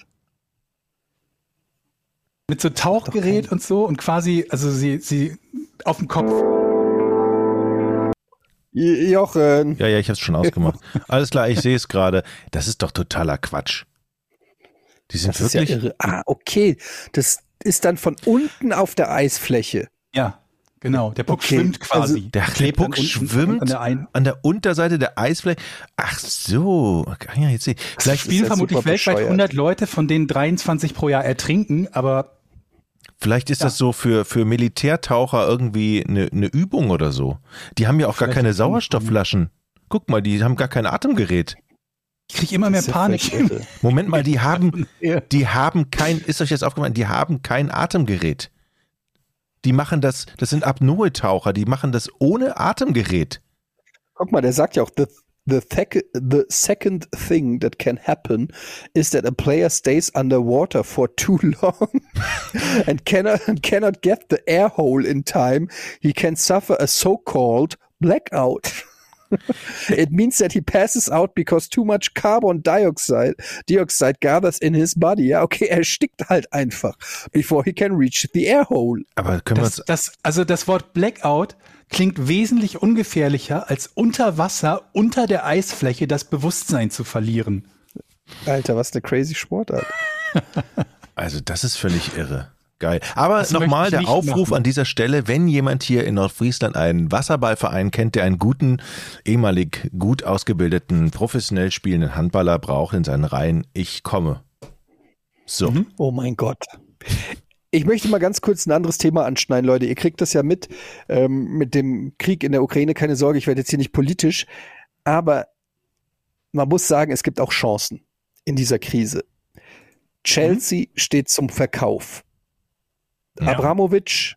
S5: Mit so Tauchgerät und so und quasi, also sie auf dem Kopf.
S4: Jochen.
S6: Ja, ich habe es schon ausgemacht. Alles klar, ich sehe es gerade. Das ist doch totaler Quatsch. Die sind
S4: das
S6: wirklich.
S4: Ist ja irre. Okay. Das ist dann von unten auf der Eisfläche.
S5: Ja, genau. Der Puck schwimmt quasi.
S6: Also, der Puck schwimmt an der Unterseite der Eisfläche. Ach so. Ja, jetzt sehe ich.
S5: Vielleicht spielen vermutlich weltweit 100 Leute, von denen 23 pro Jahr ertrinken, aber.
S6: Vielleicht ist das so für Militärtaucher irgendwie eine Übung oder so. Die haben ja auch gar keine Sauerstoffflaschen. Guck mal, die haben gar kein Atemgerät.
S5: Ich kriege immer mehr Panik.
S6: Moment mal, die haben kein, ist euch jetzt aufgefallen, die haben kein Atemgerät. Die machen das sind Apnoe-Taucher, die machen das ohne Atemgerät.
S4: Guck mal, der sagt ja auch, the second thing that can happen is that a player stays underwater for too long and cannot get the air hole in time. He can suffer a so-called blackout. It means that he passes out because too much carbon dioxide gathers in his body. Ja, okay, er erstickt halt einfach, before he can reach the air hole.
S6: Aber können
S5: also das Wort Blackout klingt wesentlich ungefährlicher, als unter Wasser, unter der Eisfläche das Bewusstsein zu verlieren.
S4: Alter, was eine crazy Sportart.
S6: Also das ist völlig irre. Geil. Aber nochmal der Aufruf an dieser Stelle, wenn jemand hier in Nordfriesland einen Wasserballverein kennt, der einen guten, ehemalig gut ausgebildeten, professionell spielenden Handballer braucht in seinen Reihen, ich komme. So.
S4: Oh mein Gott. Ich möchte mal ganz kurz ein anderes Thema anschneiden, Leute. Ihr kriegt das ja mit dem Krieg in der Ukraine. Keine Sorge, ich werde jetzt hier nicht politisch. Aber man muss sagen, es gibt auch Chancen in dieser Krise. Chelsea steht zum Verkauf. Ja. Abramovich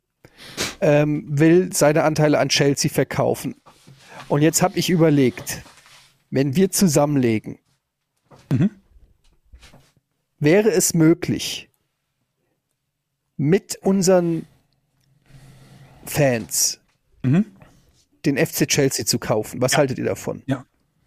S4: will seine Anteile an Chelsea verkaufen. Und jetzt habe ich überlegt, wenn wir zusammenlegen, wäre es möglich, mit unseren Fans den FC Chelsea zu kaufen. Was haltet ihr davon?
S5: Ja.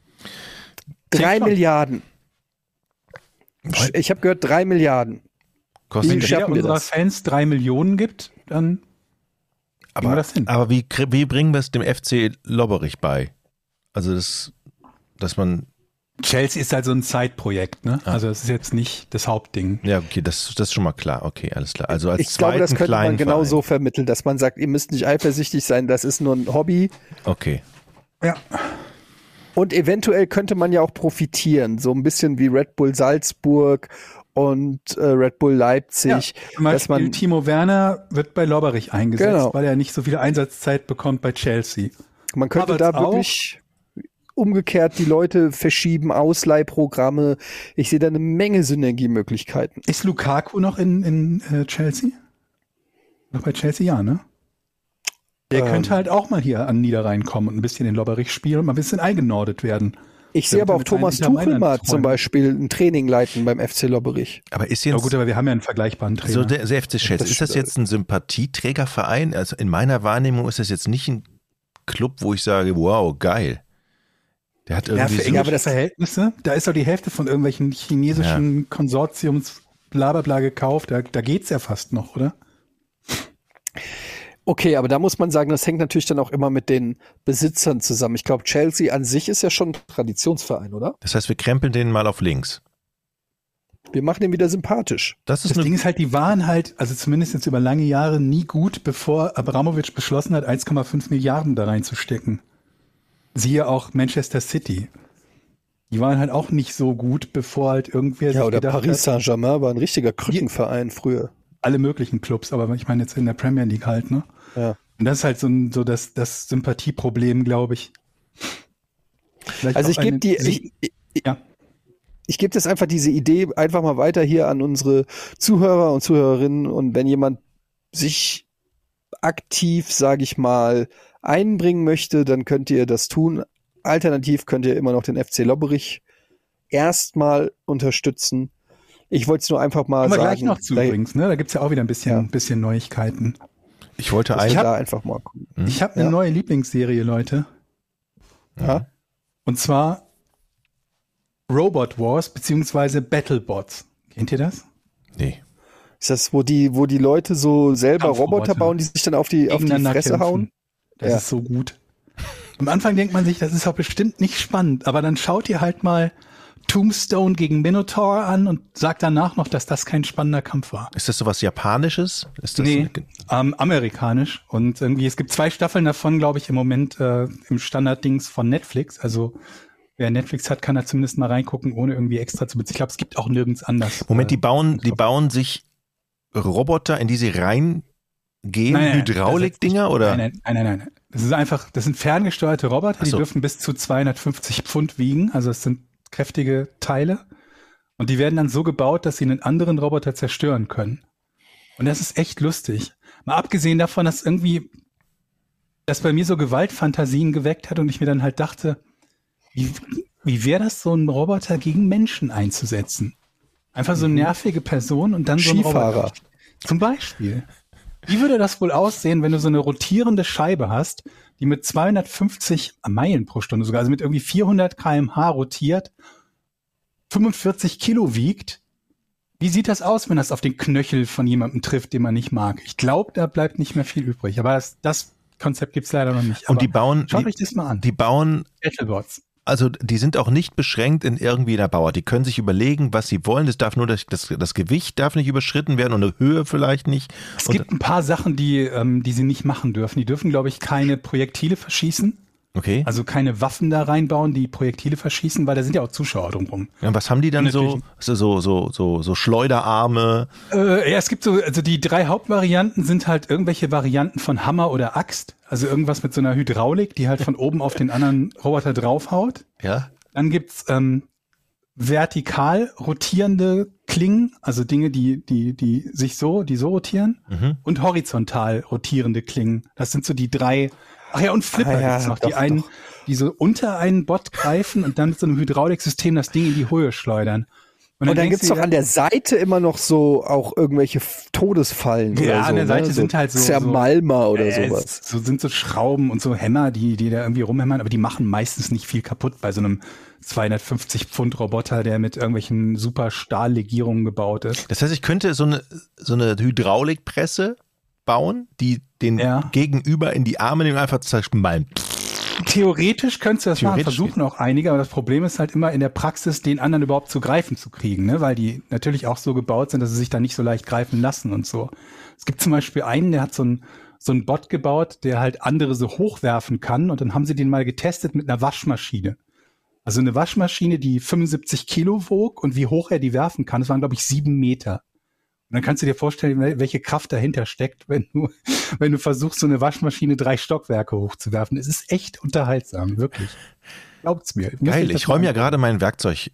S4: 3 Milliarden. Ich habe gehört, 3 Milliarden.
S5: Wenn jeder unserer Fans 3 Millionen gibt, dann wir das hin.
S6: Aber wie bringen wir es dem FC Lobberich bei? Also dass man...
S5: Chelsea ist halt so ein Zeitprojekt, ne? Also das ist jetzt nicht das Hauptding.
S6: Ja, okay, das ist schon mal klar. Okay, alles klar. Also als
S4: ich glaube, das könnte man genau so vermitteln, dass man sagt, ihr müsst nicht eifersüchtig sein, das ist nur ein Hobby.
S6: Okay.
S5: Ja.
S4: Und eventuell könnte man ja auch profitieren, so ein bisschen wie Red Bull Salzburg und Red Bull Leipzig.
S5: Ja, zum Beispiel Timo Werner wird bei Lobberich eingesetzt, weil er nicht so viel Einsatzzeit bekommt bei Chelsea.
S4: Man könnte da wirklich umgekehrt die Leute verschieben, Ausleihprogramme. Ich sehe da eine Menge Synergiemöglichkeiten.
S5: Ist Lukaku noch in Chelsea? Noch bei Chelsea, ja, ne? Der könnte halt auch mal hier an Niederrhein kommen und ein bisschen in Lobberich spielen und mal ein bisschen eingenordet werden.
S4: Ich sehe aber auch Thomas Tuchel mal zum Beispiel ein Training leiten beim FC Lobberich.
S6: Aber ist jetzt...
S5: Ja gut, aber wir haben ja einen vergleichbaren Trainer.
S6: So der FC Chelsea, ist das jetzt ein Sympathieträgerverein? Also in meiner Wahrnehmung ist das jetzt nicht ein Club, wo ich sage, wow, geil. Der hat irgendwie
S5: für englische Verhältnisse, da ist doch die Hälfte von irgendwelchen chinesischen Konsortiums blablabla gekauft, da geht's ja fast noch, oder?
S4: Okay, aber da muss man sagen, das hängt natürlich dann auch immer mit den Besitzern zusammen. Ich glaube, Chelsea an sich ist ja schon ein Traditionsverein, oder?
S6: Das heißt, wir krempeln den mal auf links.
S4: Wir machen den wieder sympathisch.
S5: Das Ding ist halt, die waren halt, also zumindest jetzt über lange Jahre, nie gut, bevor Abramovich beschlossen hat, 1,5 Milliarden da reinzustecken. Siehe auch Manchester City. Die waren halt auch nicht so gut, bevor halt irgendwer
S4: sich oder Paris Saint-Germain war ein richtiger Krückenverein früher.
S5: Alle möglichen Clubs, aber ich meine jetzt in der Premier League halt, ne?
S4: Ja.
S5: Und das ist halt so das Sympathieproblem, glaube ich. Vielleicht
S4: also ich gebe ich gebe jetzt einfach diese Idee einfach mal weiter hier an unsere Zuhörer und Zuhörerinnen, und wenn jemand sich aktiv, sage ich mal, einbringen möchte, dann könnt ihr das tun. Alternativ könnt ihr immer noch den FC Lobberich erstmal unterstützen. Ich wollte es nur einfach mal sagen.
S5: Aber gleich noch zu übrigens, ne? Da gibt's ja auch wieder ein bisschen Neuigkeiten.
S6: Ich wollte
S4: einfach mal gucken.
S5: Ich habe eine neue Lieblingsserie, Leute.
S4: Ja.
S5: Und zwar Robot Wars beziehungsweise Battlebots. Kennt ihr das?
S6: Nee.
S4: Ist das, wo die Leute so selber Roboter bauen, die sich dann auf die Fresse hauen?
S5: Das ist so gut. Am Anfang denkt man sich, das ist auch bestimmt nicht spannend, aber dann schaut ihr halt mal Tombstone gegen Minotaur an und sagt danach noch, dass das kein spannender Kampf war.
S6: Ist das sowas Japanisches? Ist das
S5: amerikanisch. Und irgendwie, es gibt 2 Staffeln davon, glaube ich, im Moment im Standarddings von Netflix. Also wer Netflix hat, kann da zumindest mal reingucken, ohne irgendwie extra zu bezahlen. Ich glaube, es gibt auch nirgends anders.
S6: Moment, die bauen sich Roboter, in die sie reingehen, Hydraulikdinger oder?
S5: Nein. Das sind ferngesteuerte Roboter, die dürfen bis zu 250 Pfund wiegen. Also es sind kräftige Teile. Und die werden dann so gebaut, dass sie einen anderen Roboter zerstören können. Und das ist echt lustig. Mal abgesehen davon, dass irgendwie das bei mir so Gewaltfantasien geweckt hat und ich mir dann halt dachte, wie wäre das, so einen Roboter gegen Menschen einzusetzen? Einfach so eine nervige Person und dann so ein Roboter. Zum Beispiel. Wie würde das wohl aussehen, wenn du so eine rotierende Scheibe hast, die mit 250 Meilen pro Stunde sogar, also mit irgendwie 400 km/h rotiert, 45 Kilo wiegt? Wie sieht das aus, wenn das auf den Knöchel von jemandem trifft, den man nicht mag? Ich glaube, da bleibt nicht mehr viel übrig. Aber das Konzept gibt's leider noch nicht.
S6: Und
S5: schaut euch das mal an.
S6: Die bauen
S5: Battlebots.
S6: Also die sind auch nicht beschränkt in irgendwie der Bauart. Die können sich überlegen, was sie wollen. Das darf nur das Gewicht darf nicht überschritten werden und eine Höhe vielleicht nicht.
S5: Es gibt ein paar Sachen, die sie nicht machen dürfen. Die dürfen, glaube ich, keine Projektile verschießen.
S6: Okay.
S5: Also keine Waffen da reinbauen, die Projektile verschießen, weil da sind ja auch Zuschauer drumherum.
S6: Ja, was haben die dann so Schleuderarme?
S5: Es gibt also die 3 Hauptvarianten sind halt irgendwelche Varianten von Hammer oder Axt. Also irgendwas mit so einer Hydraulik, die halt von oben auf den anderen Roboter draufhaut.
S6: Ja.
S5: Dann gibt's vertikal rotierende Klingen, also Dinge, die so rotieren. Und horizontal rotierende Klingen. Das sind so die 3. Ach ja, und Flipper gibt's noch. Die so unter einen Bot greifen und dann mit so einem Hydrauliksystem das Ding in die Höhe schleudern.
S4: Und dann gibt's doch an der Seite immer noch so auch irgendwelche Todesfallen.
S5: Ja,
S4: oder so,
S5: an der Seite
S4: ne?
S5: sind halt so
S4: Zermalmer oder sowas.
S5: So sind so Schrauben und so Hämmer, die da irgendwie rumhämmern, aber die machen meistens nicht viel kaputt bei so einem 250 Pfund Roboter, der mit irgendwelchen super Stahllegierungen gebaut ist.
S6: Das heißt, ich könnte so eine Hydraulikpresse bauen, die den Gegenüber in die Arme nehmen und einfach zerschmallen.
S5: Theoretisch könntest du das machen, versuchen auch einige, aber das Problem ist halt immer in der Praxis, den anderen überhaupt zu greifen zu kriegen, ne? Weil die natürlich auch so gebaut sind, dass sie sich da nicht so leicht greifen lassen und so. Es gibt zum Beispiel einen, der hat so einen Bot gebaut, der halt andere so hochwerfen kann, und dann haben sie den mal getestet mit einer Waschmaschine. Also eine Waschmaschine, die 75 Kilo wog, und wie hoch er die werfen kann, das waren, glaube ich, 7 Meter. Und dann kannst du dir vorstellen, welche Kraft dahinter steckt, wenn du versuchst, so eine Waschmaschine 3 Stockwerke hochzuwerfen. Es ist echt unterhaltsam, wirklich. Glaubt's mir.
S6: Geil, ich räume ja gerade mein Werkzeug.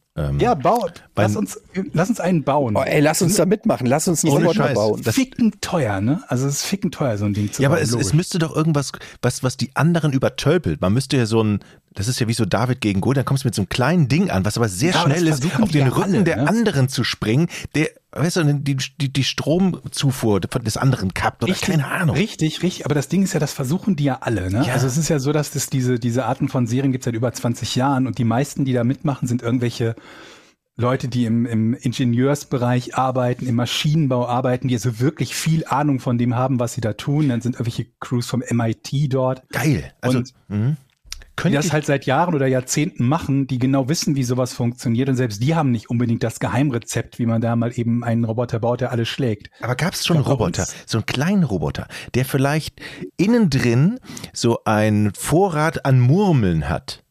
S5: Baut. Lass uns einen bauen.
S4: Oh, ey, lass uns da mitmachen. Lass uns einen Roboter bauen.
S5: Das ist ficken teuer, ne? Also es ist ficken teuer, so ein Ding zu bauen.
S6: Ja, aber es müsste doch irgendwas, was die anderen übertölpelt. Man müsste ja das ist ja wie so David gegen Goliath, dann kommst du mit so einem kleinen Ding an, was aber sehr schnell ist, auf den Rücken der anderen zu springen, der, weißt du, die Stromzufuhr des anderen kappt oder keine Ahnung.
S5: Richtig, aber das Ding ist ja, das versuchen die ja alle, ne? Ja. Also es ist ja so, dass es diese Arten von Serien gibt seit über 20 Jahren, und die meisten, die da mitmachen, sind irgendwelche Leute, die im Ingenieursbereich arbeiten, im Maschinenbau arbeiten, die also wirklich viel Ahnung von dem haben, was sie da tun. Dann sind irgendwelche Crews vom MIT dort.
S6: Geil. Also,
S5: die das halt seit Jahren oder Jahrzehnten machen, die genau wissen, wie sowas funktioniert, und selbst die haben nicht unbedingt das Geheimrezept, wie man da mal eben einen Roboter baut, der alles schlägt.
S6: Aber gab es schon einen Roboter, so einen kleinen Roboter, der vielleicht innen drin so einen Vorrat an Murmeln hat?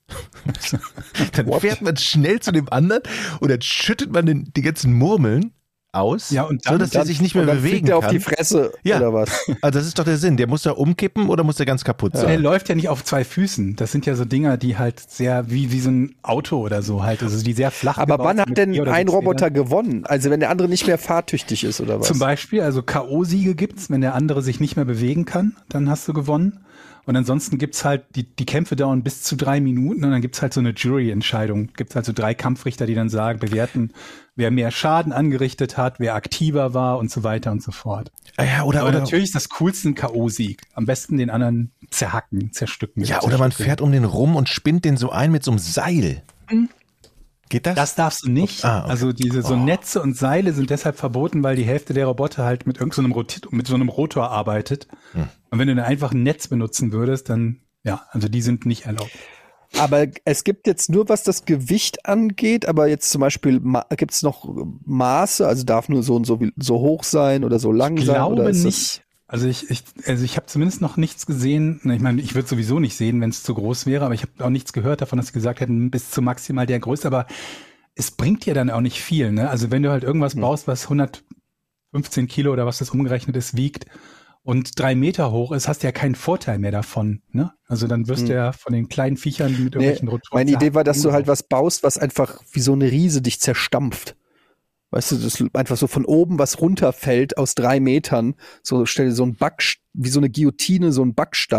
S6: Dann fährt man schnell zu dem anderen und dann schüttet man die ganzen Murmeln aus,
S5: ja, und dann,
S6: so dass der sich nicht mehr bewegen kann.
S4: Fliegt der auf die Fresse oder was?
S6: Also das ist doch der Sinn. Der muss da umkippen oder muss der ganz kaputt sein?
S5: Der läuft ja nicht auf 2 Füßen. Das sind ja so Dinger, die halt sehr wie so ein Auto oder so halt, also die sehr flach.
S4: Aber wann hat denn ein Roboter gewonnen? Also wenn der andere nicht mehr fahrtüchtig ist oder was?
S5: Zum Beispiel, also K.O.-Siege gibt's, wenn der andere sich nicht mehr bewegen kann, dann hast du gewonnen. Und ansonsten gibt's halt, die Kämpfe dauern bis zu 3 Minuten, und dann gibt's halt so eine Jury-Entscheidung. Gibt's halt so 3 Kampfrichter, die dann sagen, bewerten, wer mehr Schaden angerichtet hat, wer aktiver war und so weiter und so fort.
S6: Ja, oder
S5: natürlich ist das coolste ein K.O.-Sieg. Am besten den anderen zerstücken.
S6: Ja, oder man fährt um den rum und spinnt den so ein mit so einem Seil. Geht das?
S5: Das darfst du nicht. Okay. Also so Netze und Seile sind deshalb verboten, weil die Hälfte der Roboter halt mit so einem Rotor arbeitet. Und wenn du dann einfach ein Netz benutzen würdest, dann, also die sind nicht erlaubt.
S4: Aber es gibt jetzt nur, was das Gewicht angeht, aber jetzt zum Beispiel gibt es noch Maße, also darf nur so und so hoch sein oder so lang sein?
S5: Ich glaube
S4: oder ist
S5: nicht. Also ich habe zumindest noch nichts gesehen. Ich meine, ich würde sowieso nicht sehen, wenn es zu groß wäre, aber ich habe auch nichts gehört davon, dass sie gesagt hätten, bis zu maximal der Größe. Aber es bringt dir dann auch nicht viel, ne? Also wenn du halt irgendwas baust, was 115 Kilo oder was das umgerechnet ist, wiegt und 3 Meter hoch ist, hast du ja keinen Vorteil mehr davon, ne? Also dann wirst du ja von den kleinen Viechern mit irgendwelchen Rotoren.
S4: Meine Idee war, dass du halt was baust, was einfach wie so eine Riese dich zerstampft. Weißt du, das einfach so von oben was runterfällt aus 3 Metern. So stell dir so ein wie so eine Guillotine, so ein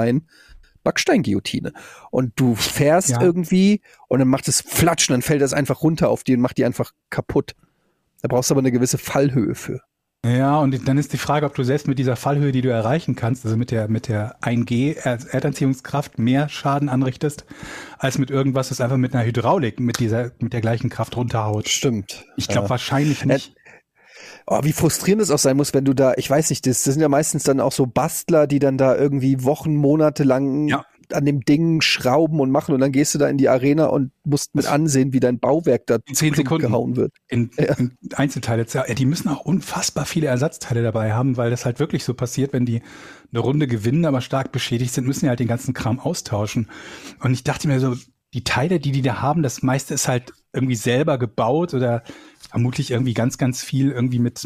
S4: Backstein-Guillotine. Und du fährst irgendwie und dann macht es Flatsch und dann fällt das einfach runter auf die und macht die einfach kaputt. Da brauchst du aber eine gewisse Fallhöhe für.
S5: Ja, und dann ist die Frage, ob du selbst mit dieser Fallhöhe, die du erreichen kannst, also mit der 1G Erdanziehungskraft mehr Schaden anrichtest, als mit irgendwas, das einfach mit einer Hydraulik mit der gleichen Kraft runterhaut.
S4: Stimmt.
S5: Ich glaube wahrscheinlich nicht.
S4: Wie frustrierend es auch sein muss, wenn du da, ich weiß nicht, das sind ja meistens dann auch so Bastler, die dann da irgendwie Wochen, Monate lang an dem Ding schrauben und machen, und dann gehst du da in die Arena und musst mit ansehen, wie dein Bauwerk da
S5: in 10 Sekunden
S4: gehauen wird.
S5: In Einzelteile. Die müssen auch unfassbar viele Ersatzteile dabei haben, weil das halt wirklich so passiert, wenn die eine Runde gewinnen, aber stark beschädigt sind, müssen die halt den ganzen Kram austauschen. Und ich dachte mir so, die Teile, die da haben, das meiste ist halt irgendwie selber gebaut oder vermutlich irgendwie ganz, ganz viel irgendwie mit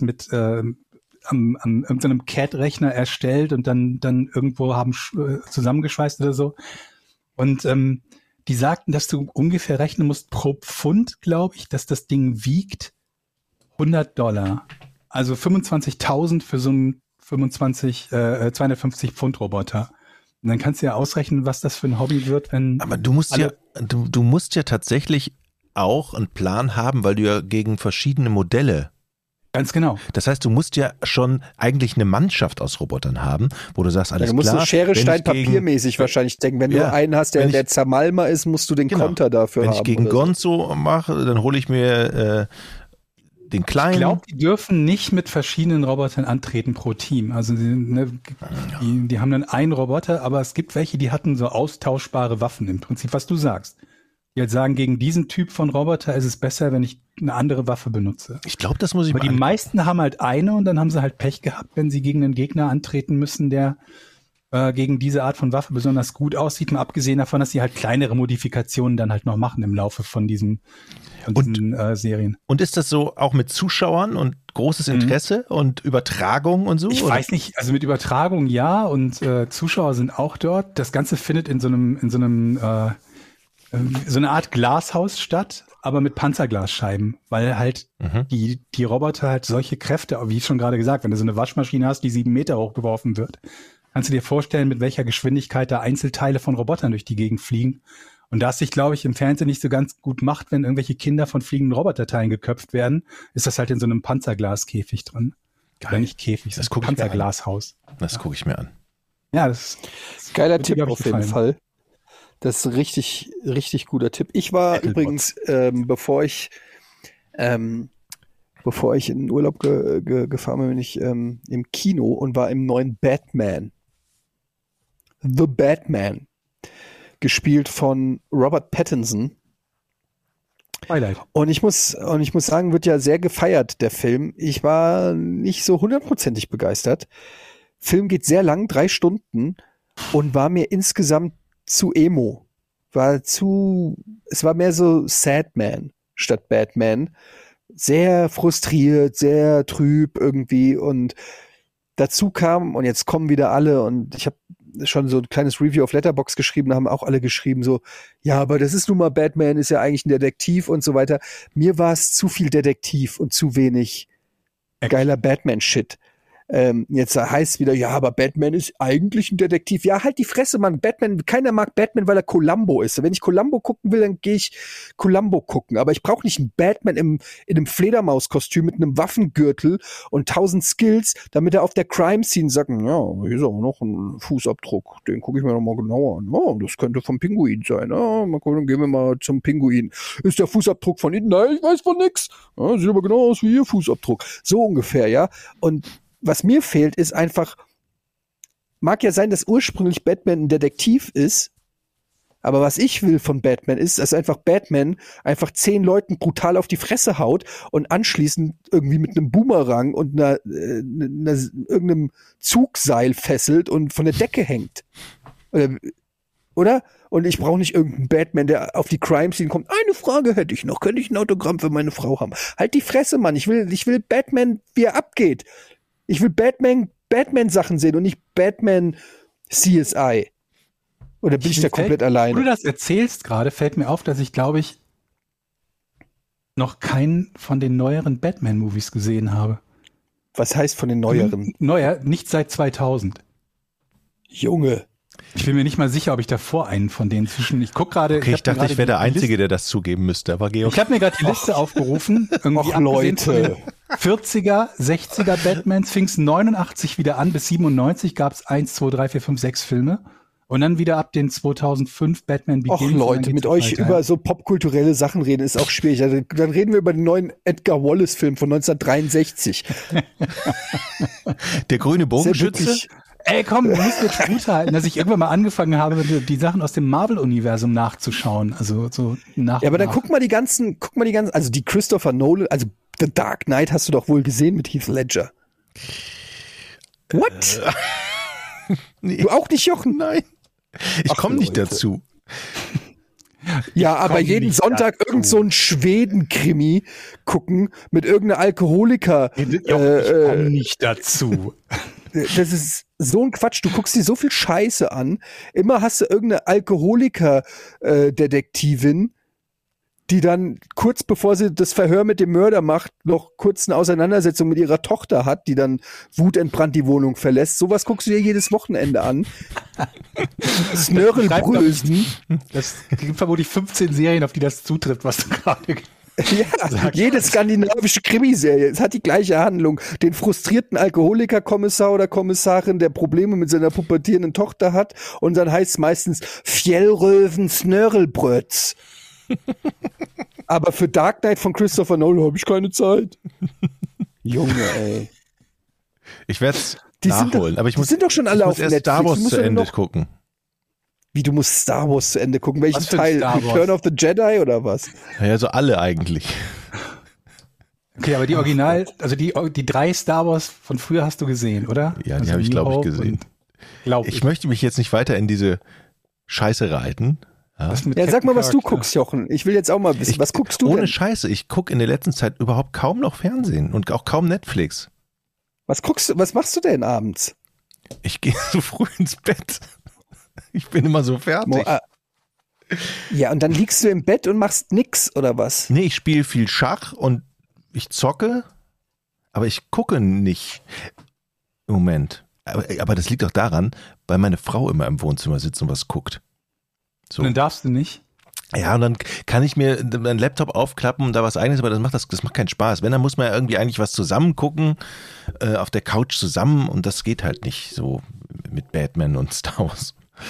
S5: am irgendeinem CAD-Rechner erstellt und dann irgendwo haben zusammengeschweißt oder so. Und die sagten, dass du ungefähr rechnen musst pro Pfund, glaube ich, dass das Ding wiegt $100. Also 25.000 für so einen 250 Pfund Roboter. Und dann kannst du ja ausrechnen, was das für ein Hobby wird, wenn.
S6: Aber du musst du musst ja tatsächlich auch einen Plan haben, weil du ja gegen verschiedene Modelle.
S5: Ganz genau.
S6: Das heißt, du musst ja schon eigentlich eine Mannschaft aus Robotern haben, wo du sagst, alles klar.
S4: Du musst so Schere, Stein, Papier mäßig wahrscheinlich denken. Wenn du einen hast, der Zermalmer ist, musst du den Konter dafür haben.
S6: Wenn ich gegen Gonzo mache, dann hole ich mir den kleinen.
S5: Ich glaube, die dürfen nicht mit verschiedenen Robotern antreten pro Team. Also die haben dann einen Roboter, aber es gibt welche, die hatten so austauschbare Waffen im Prinzip, was du sagst. Die halt sagen, gegen diesen Typ von Roboter ist es besser, wenn ich eine andere Waffe benutze.
S6: Ich glaube, das muss ich
S5: aber
S6: mal.
S5: Die meisten haben halt eine und dann haben sie halt Pech gehabt, wenn sie gegen einen Gegner antreten müssen, der gegen diese Art von Waffe besonders gut aussieht, mal abgesehen davon, dass sie halt kleinere Modifikationen dann halt noch machen im Laufe von diesen Serien.
S6: Und ist das so auch mit Zuschauern und großes Interesse und Übertragung und so?
S5: Ich weiß nicht, also mit Übertragung ja und Zuschauer sind auch dort. Das Ganze findet in so einer Art Glashaus statt, aber mit Panzerglasscheiben, weil halt die Roboter halt solche Kräfte, wie schon gerade gesagt, wenn du so eine Waschmaschine hast, die 7 Meter hochgeworfen wird, kannst du dir vorstellen, mit welcher Geschwindigkeit da Einzelteile von Robotern durch die Gegend fliegen. Und da es sich, glaube ich, im Fernsehen nicht so ganz gut macht, wenn irgendwelche Kinder von fliegenden Roboterteilen geköpft werden, ist das halt in so einem Panzerglaskäfig drin. Gar nicht Käfig, das ist ein Panzerglashaus.
S6: Das gucke ich mir an.
S5: Ja, das
S4: geiler Tipp auf jeden Fall. Das ist ein richtig, richtig guter Tipp. Ich war übrigens, bevor ich in den Urlaub gefahren bin ich im Kino und war im neuen Batman. The Batman. Gespielt von Robert Pattinson.
S5: Highlight.
S4: Und ich muss sagen, wird ja sehr gefeiert, der Film. Ich war nicht so 100%ig begeistert. Film geht sehr lang, 3 Stunden und war mir insgesamt zu emo. Es war mehr so Sadman statt Batman. Sehr frustriert, sehr trüb irgendwie und dazu kam, und jetzt kommen wieder alle und ich habe schon so ein kleines Review auf Letterboxd geschrieben, da haben auch alle geschrieben so, ja, aber das ist nun mal Batman, ist ja eigentlich ein Detektiv und so weiter. Mir war es zu viel Detektiv und zu wenig geiler Batman-Shit. Jetzt heißt es wieder, ja, aber Batman ist eigentlich ein Detektiv. Ja, halt die Fresse, Mann. Batman, keiner mag Batman, weil er Columbo ist. Wenn ich Columbo gucken will, dann gehe ich Columbo gucken. Aber ich brauche nicht einen Batman in einem Fledermauskostüm mit einem Waffengürtel und 1000 Skills, damit er auf der Crime-Scene sagt, ja, hier ist aber noch ein Fußabdruck. Den gucke ich mir noch mal genauer an. Oh, das könnte vom Pinguin sein. Ah, mal gucken, dann gehen wir mal zum Pinguin. Ist der Fußabdruck von Ihnen? Nein, ich weiß von nix. Ja, sieht aber genau aus wie Ihr Fußabdruck. So ungefähr, ja. Und was mir fehlt, ist einfach, mag ja sein, dass ursprünglich Batman ein Detektiv ist, aber was ich will von Batman ist, dass einfach Batman einfach 10 Leuten brutal auf die Fresse haut und anschließend irgendwie mit einem Boomerang und irgendeinem Zugseil fesselt und von der Decke hängt. Oder? Und ich brauche nicht irgendeinen Batman, der auf die Crime-Scene kommt. Eine Frage hätte ich noch. Könnte ich ein Autogramm für meine Frau haben? Halt die Fresse, Mann. Ich will Batman, wie er abgeht. Ich will Batman-Sachen sehen und nicht Batman CSI. Oder bin ich da komplett alleine?
S5: Wo du das erzählst gerade, fällt mir auf, dass ich, glaube ich, noch keinen von den neueren Batman-Movies gesehen habe.
S4: Was heißt von den neueren?
S5: Neuer, nicht seit 2000.
S4: Junge.
S5: Ich bin mir nicht mal sicher, ob ich davor einen von denen zwischen. Ich gucke gerade.
S6: Okay, ich dachte, ich wäre der Einzige, der das zugeben müsste. Aber Georg.
S5: Ich habe mir gerade die Liste aufgerufen.
S4: Irgendwie Leute.
S5: 40er, 60er Batmans fing es 89 wieder an. Bis 97 gab es 1, 2, 3, 4, 5, 6 Filme. Und dann wieder ab den 2005 Batman Begins.
S4: Och Leute, mit euch über so popkulturelle Sachen reden ist auch schwierig. Also, dann reden wir über den neuen Edgar Wallace-Film von 1963.
S6: Der grüne Bogenschütze?
S5: Ey, komm, du musst jetzt gut halten, dass ich irgendwann mal angefangen habe, die Sachen aus dem Marvel-Universum nachzuschauen. Also so nach.
S4: Ja, aber dann guck mal die ganzen, also die Christopher Nolan, also The Dark Knight hast du doch wohl gesehen mit Heath Ledger. What?
S6: Nee.
S4: Du auch nicht, Jochen?
S6: Nein. Ich komme nicht dazu.
S4: Ja, aber jeden Sonntag irgend so ein Schweden-Krimi gucken mit irgendeiner Alkoholiker.
S5: Ich komme nicht dazu.
S4: Das ist so ein Quatsch. Du guckst dir so viel Scheiße an. Immer hast du irgendeine Alkoholiker-Detektivin, die dann kurz bevor sie das Verhör mit dem Mörder macht, noch kurz eine Auseinandersetzung mit ihrer Tochter hat, die dann wutentbrannt die Wohnung verlässt. Sowas guckst du dir jedes Wochenende an. Snörrelbrösen.
S5: Das gibt vermutlich 15 Serien, auf die das zutrifft, was du gerade
S4: ja, jede skandinavische Krimiserie. Es hat die gleiche Handlung. Den frustrierten Alkoholikerkommissar oder Kommissarin, der Probleme mit seiner pubertierenden Tochter hat. Und dann heißt es meistens Fjellröven Snörrelbrötz. Aber für Dark Knight von Christopher Nolan habe ich keine Zeit. Junge, ey.
S6: Ich werde es nachholen, aber ich muss
S4: sind doch schon alle auf
S6: erst
S4: Netflix.
S6: Star Wars zu Ende gucken.
S4: Wie, du musst Star Wars zu Ende gucken? Welchen
S5: Was für ein
S4: Teil?
S5: Star Wars?
S4: Return of the Jedi oder was?
S6: Ja, so alle eigentlich.
S5: Okay, aber die Original, also die 3 Star Wars von früher hast du gesehen, oder?
S6: Ja, die
S5: Also
S6: habe ich,
S5: New
S6: glaube ich,
S5: Hope
S6: gesehen.
S5: und Glaub
S6: Ich möchte mich jetzt nicht weiter in diese Scheiße reiten. Ja.
S5: Was mit
S4: Ja, sag mal,
S5: Captain
S4: was du
S5: Kirk,
S4: guckst, Jochen. Ich will jetzt auch mal wissen, was guckst du
S6: Ohne
S4: denn?
S6: Scheiße, ich gucke in der letzten Zeit überhaupt kaum noch Fernsehen und auch kaum Netflix.
S4: Was machst du denn abends?
S6: Ich gehe so früh ins Bett. Ich bin immer so fertig.
S4: Ja, und dann liegst du im Bett und machst nix, oder was?
S6: Nee, ich spiele viel Schach und ich zocke, aber ich gucke nicht. Im Moment. Aber das liegt auch daran, weil meine Frau immer im Wohnzimmer sitzt und was guckt. So.
S5: Und dann darfst du nicht.
S6: Ja, und dann kann ich mir meinen Laptop aufklappen und da was eigenes, aber das macht keinen Spaß. Wenn, dann muss man ja irgendwie eigentlich was zusammen gucken, auf der Couch zusammen, und das geht halt nicht so mit Batman und Star Wars.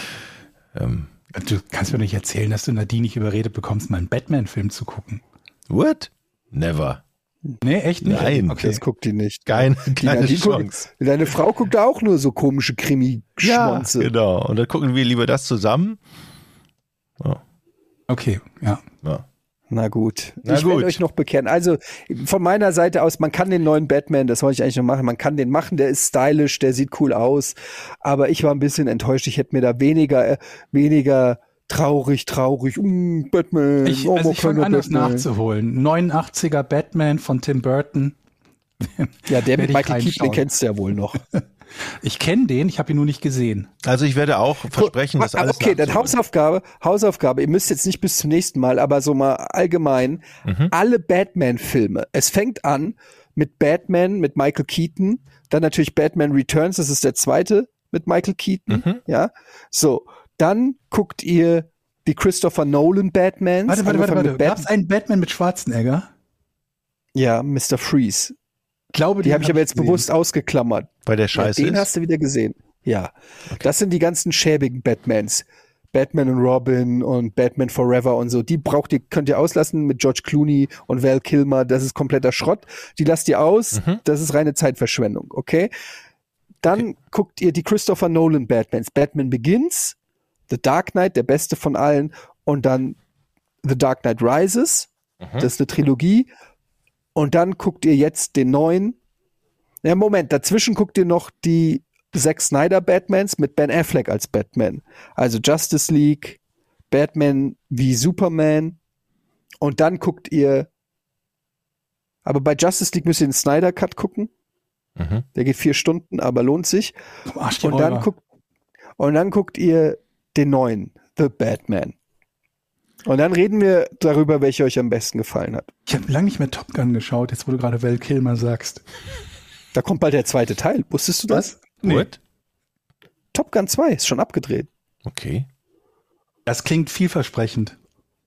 S5: Du kannst mir nicht erzählen, dass du Nadine nicht überredet bekommst, mal einen Batman-Film zu gucken.
S6: What? Never.
S5: Nee, echt nicht?
S6: Nein.
S5: Okay.
S4: Das guckt die nicht.
S6: Keine
S4: Nadine
S6: Chance.
S4: Deine Frau guckt da auch nur so komische
S6: Ja,
S4: Krimi-Schmonze.
S6: genau. Und dann gucken wir lieber das zusammen. Ja.
S5: Okay, ja.
S6: Ja.
S4: Na gut.
S6: Na
S4: Ich
S6: gut.
S4: werde euch noch bekennen. Also von meiner Seite aus, man kann den neuen Batman, das wollte ich eigentlich noch machen, man kann den machen, der ist stylisch, der sieht cool aus, aber ich war ein bisschen enttäuscht. Ich hätte mir da weniger traurig, Batman.
S5: Ich fange an, das nachzuholen. 89er Batman von Tim Burton.
S4: Ja, der mit
S5: Werd ich
S4: Michael Keaton, den
S5: reinschauen.
S4: kennst du ja wohl noch.
S5: Ich kenne den, ich habe ihn nur nicht gesehen.
S6: Also ich werde auch versprechen, dass alles
S4: Okay, dann
S6: nachzuholen.
S4: Hausaufgabe, ihr müsst jetzt nicht bis zum nächsten Mal, aber so mal allgemein, alle Batman-Filme. Es fängt an mit Batman, mit Michael Keaton, dann natürlich Batman Returns, das ist der zweite mit Michael Keaton, ja. So, dann guckt ihr die Christopher Nolan Batmans.
S5: Warte. Gab es einen Batman mit Schwarzenegger?
S4: Ja, Mr. Freeze.
S5: Glaube,
S4: Die habe ich aber jetzt
S5: gesehen.
S4: bewusst ausgeklammert.
S6: Weil der
S4: Ja,
S6: Scheiße
S4: den
S6: ist.
S4: hast du wieder gesehen. Ja. Das sind die ganzen schäbigen Batmans. Batman und Robin und Batman Forever und so. Die könnt ihr auslassen mit George Clooney und Val Kilmer. Das ist kompletter Schrott. Die lasst ihr aus. Das ist reine Zeitverschwendung. Okay? Dann guckt ihr die Christopher Nolan Batmans. Batman Begins, The Dark Knight, der beste von allen. Und dann The Dark Knight Rises. Das ist eine Trilogie. Und dann guckt ihr jetzt den neuen. Ja, Moment, dazwischen guckt ihr noch die Zack Snyder Batmans mit Ben Affleck als Batman. Also Justice League, Batman wie Superman. Und dann guckt ihr, aber bei Justice League müsst ihr den Snyder Cut gucken. Der geht 4 Stunden, aber lohnt sich.
S5: Arsch, die
S4: Und dann,
S5: Räuber.
S4: und dann guckt ihr den neuen, The Batman. Und dann reden wir darüber, welcher euch am besten gefallen hat.
S5: Ich habe lange nicht mehr Top Gun geschaut, jetzt wo du gerade Val Kilmer sagst.
S4: Da kommt bald der zweite Teil. Wusstest du das?
S6: What?
S4: Top Gun 2 ist schon abgedreht.
S6: Okay.
S5: Das klingt vielversprechend.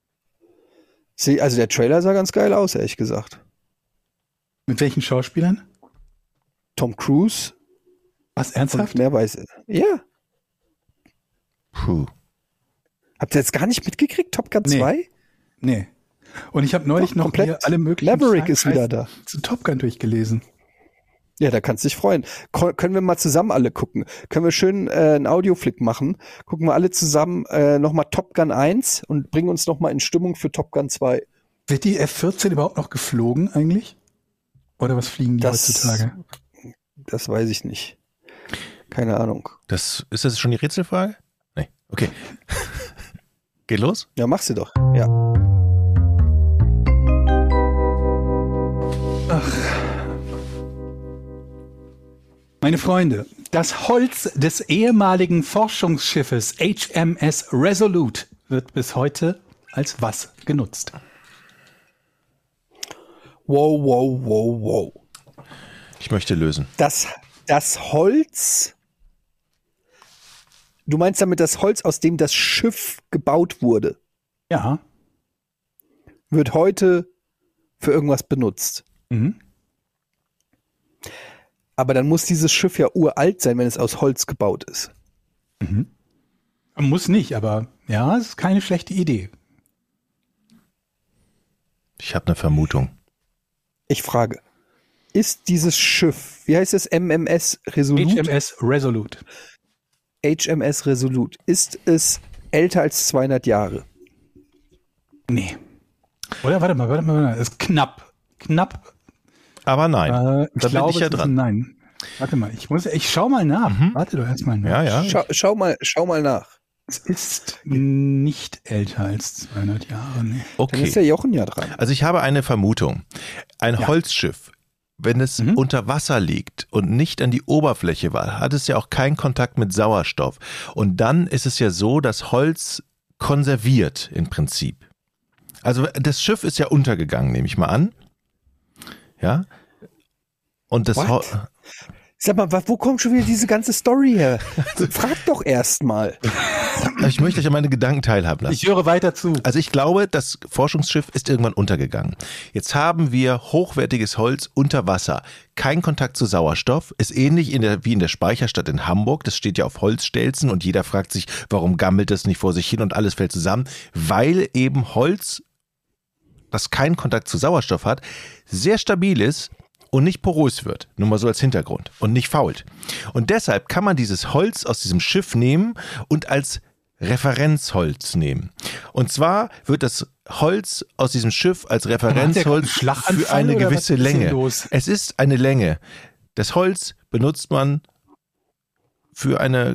S4: Also der Trailer sah ganz geil aus, ehrlich gesagt.
S5: Mit welchen Schauspielern?
S4: Tom Cruise
S5: Was,
S4: und
S5: ernsthaft?
S4: mehr weiß ich. Ja.
S6: Puh.
S4: Habt ihr jetzt gar nicht mitgekriegt? Top Gun
S5: Nee.
S4: 2?
S5: Nee. Und ich habe neulich
S4: Doch,
S5: noch
S4: komplett.
S5: hier alle möglichen
S4: Maverick ist wieder da.
S5: zu Top Gun durchgelesen.
S4: Ja, da kannst du dich freuen. Können wir mal zusammen alle gucken. Können wir schön einen Audioflick machen. Gucken wir alle zusammen nochmal Top Gun 1 und bringen uns nochmal in Stimmung für Top Gun 2.
S5: Wird die F-14 überhaupt noch geflogen eigentlich? Oder was fliegen die heutzutage?
S4: Das weiß ich nicht. Keine Ahnung.
S6: Ist das schon die Rätselfrage? Nee. Okay. Geht los?
S4: Ja, mach sie doch. Ja.
S5: Meine Freunde, das Holz des ehemaligen Forschungsschiffes HMS Resolute wird bis heute als was genutzt?
S4: Wow.
S6: Ich möchte lösen.
S4: Das Holz. Du meinst damit das Holz, aus dem das Schiff gebaut wurde,
S5: Ja.
S4: wird heute für irgendwas benutzt.
S5: Mhm.
S4: Aber dann muss dieses Schiff ja uralt sein, wenn es aus Holz gebaut ist.
S5: Muss nicht, aber ja, es ist keine schlechte Idee.
S6: Ich habe eine Vermutung.
S4: Ich frage, ist dieses Schiff, wie heißt es, MMS Resolute?
S5: HMS Resolute.
S4: HMS Resolute. Ist es älter als 200 Jahre?
S5: Nee. Oder? Warte mal. Das ist knapp.
S6: Aber nein.
S5: Da
S6: bin ich ja dran.
S5: Nein. Warte mal, ich schau mal nach. Warte doch erstmal nach.
S6: Ja.
S4: Schau mal nach.
S5: Es ist nicht älter als 200 Jahre. Nee.
S6: Okay.
S4: Dann ist der Jochen ja dran.
S6: Also ich habe eine Vermutung. Ein Holzschiff, wenn es unter Wasser liegt und nicht an die Oberfläche war, hat es ja auch keinen Kontakt mit Sauerstoff. Und dann ist es ja so, dass Holz konserviert im Prinzip. Also das Schiff ist ja untergegangen, nehme ich mal an. Ja. Und das
S4: Sag mal, wo kommt schon wieder diese ganze Story her? Frag doch erst mal.
S6: Ich möchte euch an meine Gedanken teilhaben lassen.
S5: Ich höre weiter zu.
S6: Also ich glaube, das Forschungsschiff ist irgendwann untergegangen. Jetzt haben wir hochwertiges Holz unter Wasser. Kein Kontakt zu Sauerstoff. Ist ähnlich wie in der Speicherstadt in Hamburg. Das steht ja auf Holzstelzen und jeder fragt sich, warum gammelt das nicht vor sich hin und alles fällt zusammen. Weil eben Holz, das keinen Kontakt zu Sauerstoff hat, sehr stabil ist und nicht porös wird. Nur mal so als Hintergrund. Und nicht fault. Und deshalb kann man dieses Holz aus diesem Schiff nehmen und als Referenzholz nehmen. Und zwar wird das Holz aus diesem Schiff als Referenzholz für eine gewisse Länge. Es ist eine Länge. Das Holz benutzt man für eine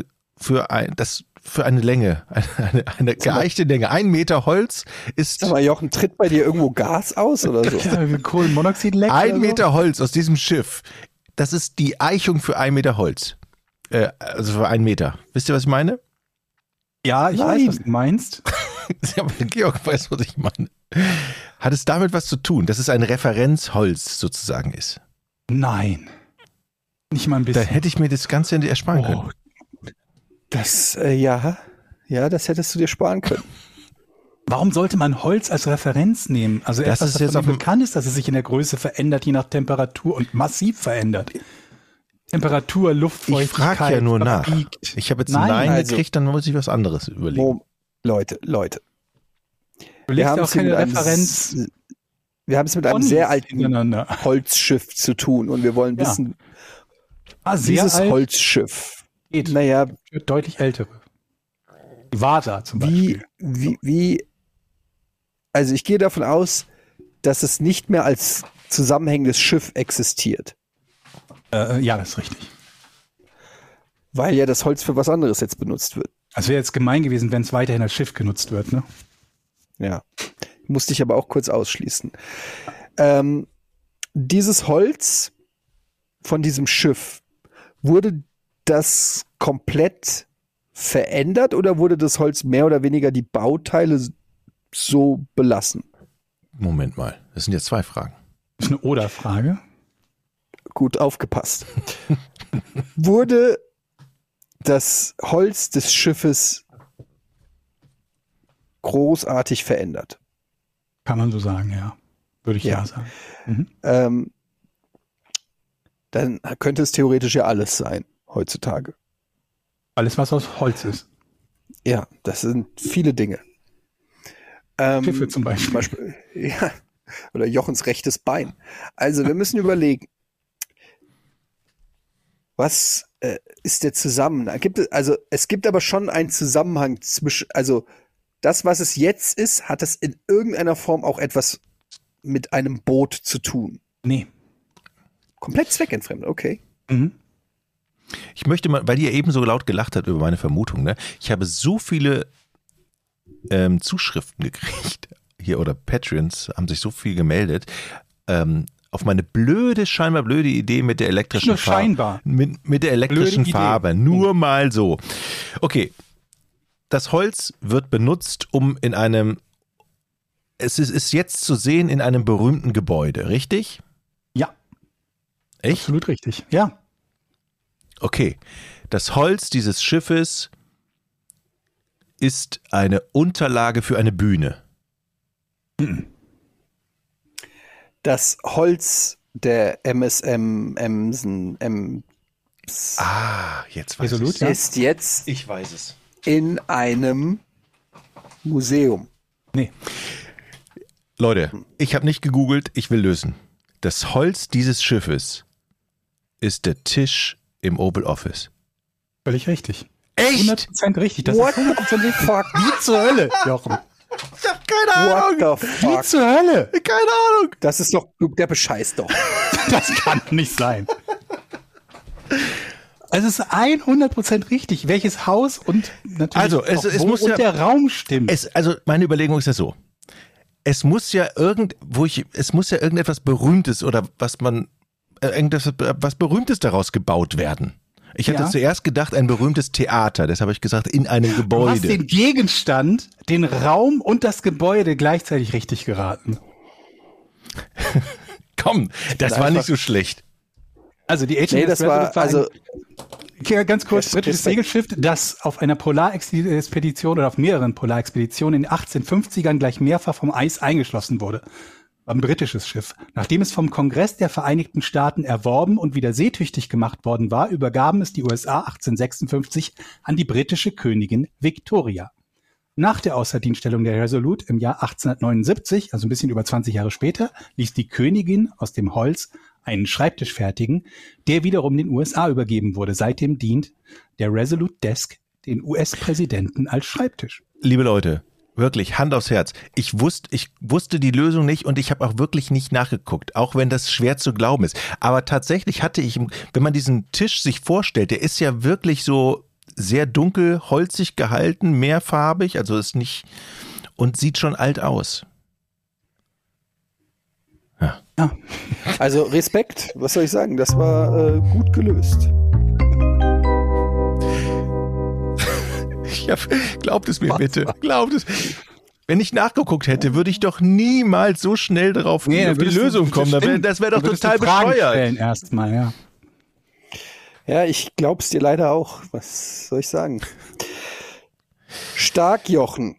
S6: Länge, eine geeichte Länge. 1 Meter Holz ist...
S4: Sag mal, Jochen, tritt bei dir irgendwo Gas aus oder so?
S5: Ja, Kohlenmonoxid leckt.
S6: 1 Meter Holz aus diesem Schiff, das ist die Eichung für 1 Meter Holz. Also für 1 Meter. Wisst ihr, was ich meine?
S5: Ja, ich weiß, was du meinst.
S6: Ja, aber Georg weiß, was ich meine. Hat es damit was zu tun, dass es ein Referenzholz sozusagen ist?
S5: Nein. Nicht mal ein bisschen.
S6: Da hätte ich mir das Ganze ersparen können.
S4: Das, ja, das hättest du dir sparen können.
S5: Warum sollte man Holz als Referenz nehmen? Also
S6: das
S5: etwas,
S6: ist jetzt
S5: das bekannt ist, dass es sich in der Größe verändert, je nach Temperatur und massiv verändert. Temperatur, Luftfeuchtigkeit.
S6: Ich frage ja nur nach. Ich habe jetzt ein Nein gekriegt, dann muss ich was anderes überlegen.
S4: Leute.
S5: Wir haben keine Referenz.
S4: Wir haben es mit einem sehr alten Holzschiff zu tun und wir wollen wissen, dieses Holzschiff. Naja,
S5: deutlich ältere. Die Vasa zum Beispiel.
S4: Also ich gehe davon aus, dass es nicht mehr als zusammenhängendes Schiff existiert.
S5: Ja, das ist richtig.
S4: Weil ja das Holz für was anderes jetzt benutzt wird.
S5: Das wäre jetzt gemein gewesen, wenn es weiterhin als Schiff genutzt wird, ne?
S4: Ja. Musste ich aber auch kurz ausschließen. Dieses Holz von diesem Schiff, wurde das komplett verändert oder wurde das Holz mehr oder weniger die Bauteile so belassen?
S6: Moment mal, das sind jetzt 2 Fragen.
S5: Das ist eine Oder-Frage.
S4: Gut aufgepasst. Wurde das Holz des Schiffes großartig verändert?
S5: Kann man so sagen, ja. Würde ich ja sagen.
S4: Dann könnte es theoretisch ja alles sein, heutzutage.
S5: Alles, was aus Holz ist.
S4: Ja, das sind viele Dinge.
S5: Schiffe zum Beispiel.
S4: Ja, oder Jochens rechtes Bein. Also wir müssen überlegen, was ist der Zusammenhang? Es gibt aber schon einen Zusammenhang zwischen, also das, was es jetzt ist, hat es in irgendeiner Form auch etwas mit einem Boot zu tun.
S5: Nee.
S4: Komplett zweckentfremdet, okay.
S6: Ich möchte mal, weil ihr eben so laut gelacht habt über meine Vermutung, ne? Ich habe so viele Zuschriften gekriegt, hier oder Patreons haben sich so viel gemeldet, auf meine scheinbar blöde Idee mit der elektrischen Farbe.
S5: Scheinbar.
S6: Mit der elektrischen Farbe. Nur mal so. Okay. Das Holz wird benutzt, es ist jetzt zu sehen in einem berühmten Gebäude, richtig?
S5: Ja.
S6: Echt?
S5: Absolut richtig, ja.
S6: Okay. Das Holz dieses Schiffes ist eine Unterlage für eine Bühne.
S4: Das Holz der MSM Emsen
S6: jetzt weiß ich
S4: ist jetzt
S6: ich weiß es.
S4: In einem Museum.
S5: Nee.
S6: Leute, ich habe nicht gegoogelt, ich will lösen. Das Holz dieses Schiffes ist der Tisch im Oval Office.
S5: Völlig richtig.
S6: Echt?
S5: 100% richtig. Das
S4: What
S5: ist 100% richtig.
S4: fuck?
S5: Wie zur Hölle, Jochen?
S6: Ich hab keine Ahnung.
S4: What the
S5: Wie
S4: fuck?
S5: zur Hölle?
S6: Keine Ahnung.
S4: Das ist doch, der bescheißt doch.
S5: Das kann nicht sein. Es ist 100% richtig, welches Haus und natürlich
S6: Also, es muss
S5: und
S6: ja,
S5: der Raum stimmt.
S6: also meine Überlegung ist ja so. Es muss ja irgendetwas Berühmtes oder was Berühmtes daraus gebaut werden. Ich hatte zuerst gedacht, ein berühmtes Theater, deshalb habe ich gesagt, in einem
S5: Du hast
S6: Gebäude.
S5: den Gegenstand, den Raum und das Gebäude gleichzeitig richtig geraten.
S6: Komm, das war nicht so schlecht.
S5: Also die HMS
S4: Nee, das war,
S5: Resolute ganz kurz,
S4: Yes,
S5: britisches
S4: Respekt.
S5: Segelschiff, das auf einer Polarexpedition oder auf mehreren Polarexpeditionen in den 1850ern gleich mehrfach vom Eis eingeschlossen wurde. War ein britisches Schiff. Nachdem es vom Kongress der Vereinigten Staaten erworben und wieder seetüchtig gemacht worden war, übergaben es die USA 1856 an die britische Königin Victoria. Nach der Außerdienststellung der Resolute im Jahr 1879, also ein bisschen über 20 Jahre später, ließ die Königin aus dem Holz einen Schreibtisch fertigen, der wiederum den USA übergeben wurde. Seitdem dient der Resolute Desk den US-Präsidenten als Schreibtisch.
S6: Liebe Leute, wirklich, Hand aufs Herz. Ich wusste die Lösung nicht und ich habe auch wirklich nicht nachgeguckt, auch wenn das schwer zu glauben ist. Aber tatsächlich hatte ich, wenn man diesen Tisch sich vorstellt, der ist ja wirklich so sehr dunkel, holzig gehalten, mehrfarbig, also ist nicht, und sieht schon alt aus.
S5: Ja.
S4: Also Respekt, was soll ich sagen? Das war gut gelöst.
S6: Ja, glaubt es mir bitte, glaubt es. Wenn ich nachgeguckt hätte, würde ich doch niemals so schnell auf die Lösung kommen. Das wäre doch total bescheuert.
S5: Erstmal, ja.
S4: Ja, ich glaub's dir leider auch. Was soll ich sagen? Stark, Jochen.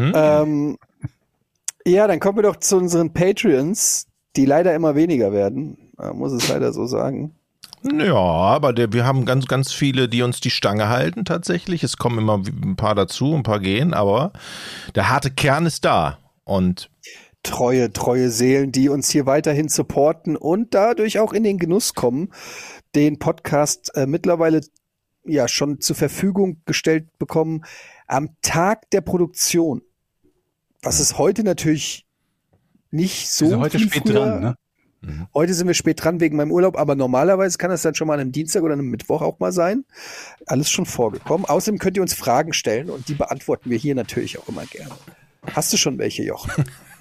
S4: Ja, dann kommen wir doch zu unseren Patreons, die leider immer weniger werden. Man muss es leider so sagen.
S6: Ja, aber wir haben ganz, ganz viele, die uns die Stange halten tatsächlich. Es kommen immer ein paar dazu, ein paar gehen, aber der harte Kern ist da. Und
S4: treue Seelen, die uns hier weiterhin supporten und dadurch auch in den Genuss kommen, den Podcast mittlerweile ja schon zur Verfügung gestellt bekommen am Tag der Produktion. Was ist heute natürlich nicht so
S5: sind heute
S4: viel
S5: spät
S4: früher.
S5: dran, ne?
S4: Heute sind wir spät dran wegen meinem Urlaub, aber normalerweise kann das dann schon mal an einem Dienstag oder einem Mittwoch auch mal sein. Alles schon vorgekommen. Außerdem könnt ihr uns Fragen stellen und die beantworten wir hier natürlich auch immer gerne. Hast du schon welche, Jochen?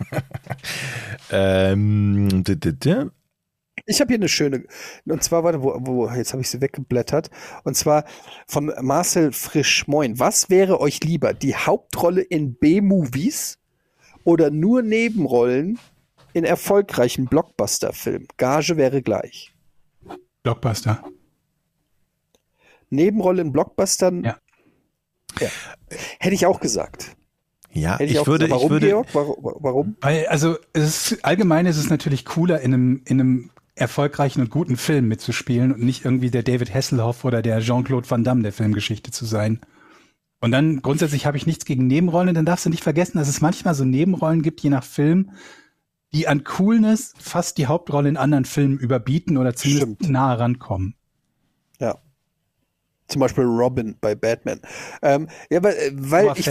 S4: Ich habe hier eine schöne, und zwar, warte, jetzt habe ich sie weggeblättert, und zwar von Marcel Frisch. Moin, was wäre euch lieber, die Hauptrolle in B-Movies oder nur Nebenrollen in erfolgreichen Blockbuster-Filmen? Gage wäre gleich.
S5: Blockbuster.
S4: Nebenrolle in Blockbustern?
S5: Ja.
S4: Hätte ich auch gesagt.
S6: Ja,
S4: Warum, Georg? Warum?
S5: Weil, also, allgemein ist es natürlich cooler, in einem erfolgreichen und guten Film mitzuspielen und nicht irgendwie der David Hasselhoff oder der Jean-Claude Van Damme der Filmgeschichte zu sein. Und dann grundsätzlich habe ich nichts gegen Nebenrollen, dann darfst du nicht vergessen, dass es manchmal so Nebenrollen gibt, je nach Film, die an Coolness fast die Hauptrolle in anderen Filmen überbieten oder zumindest nahe rankommen.
S4: Ja. Zum Beispiel Robin bei Batman. Ja, weil ich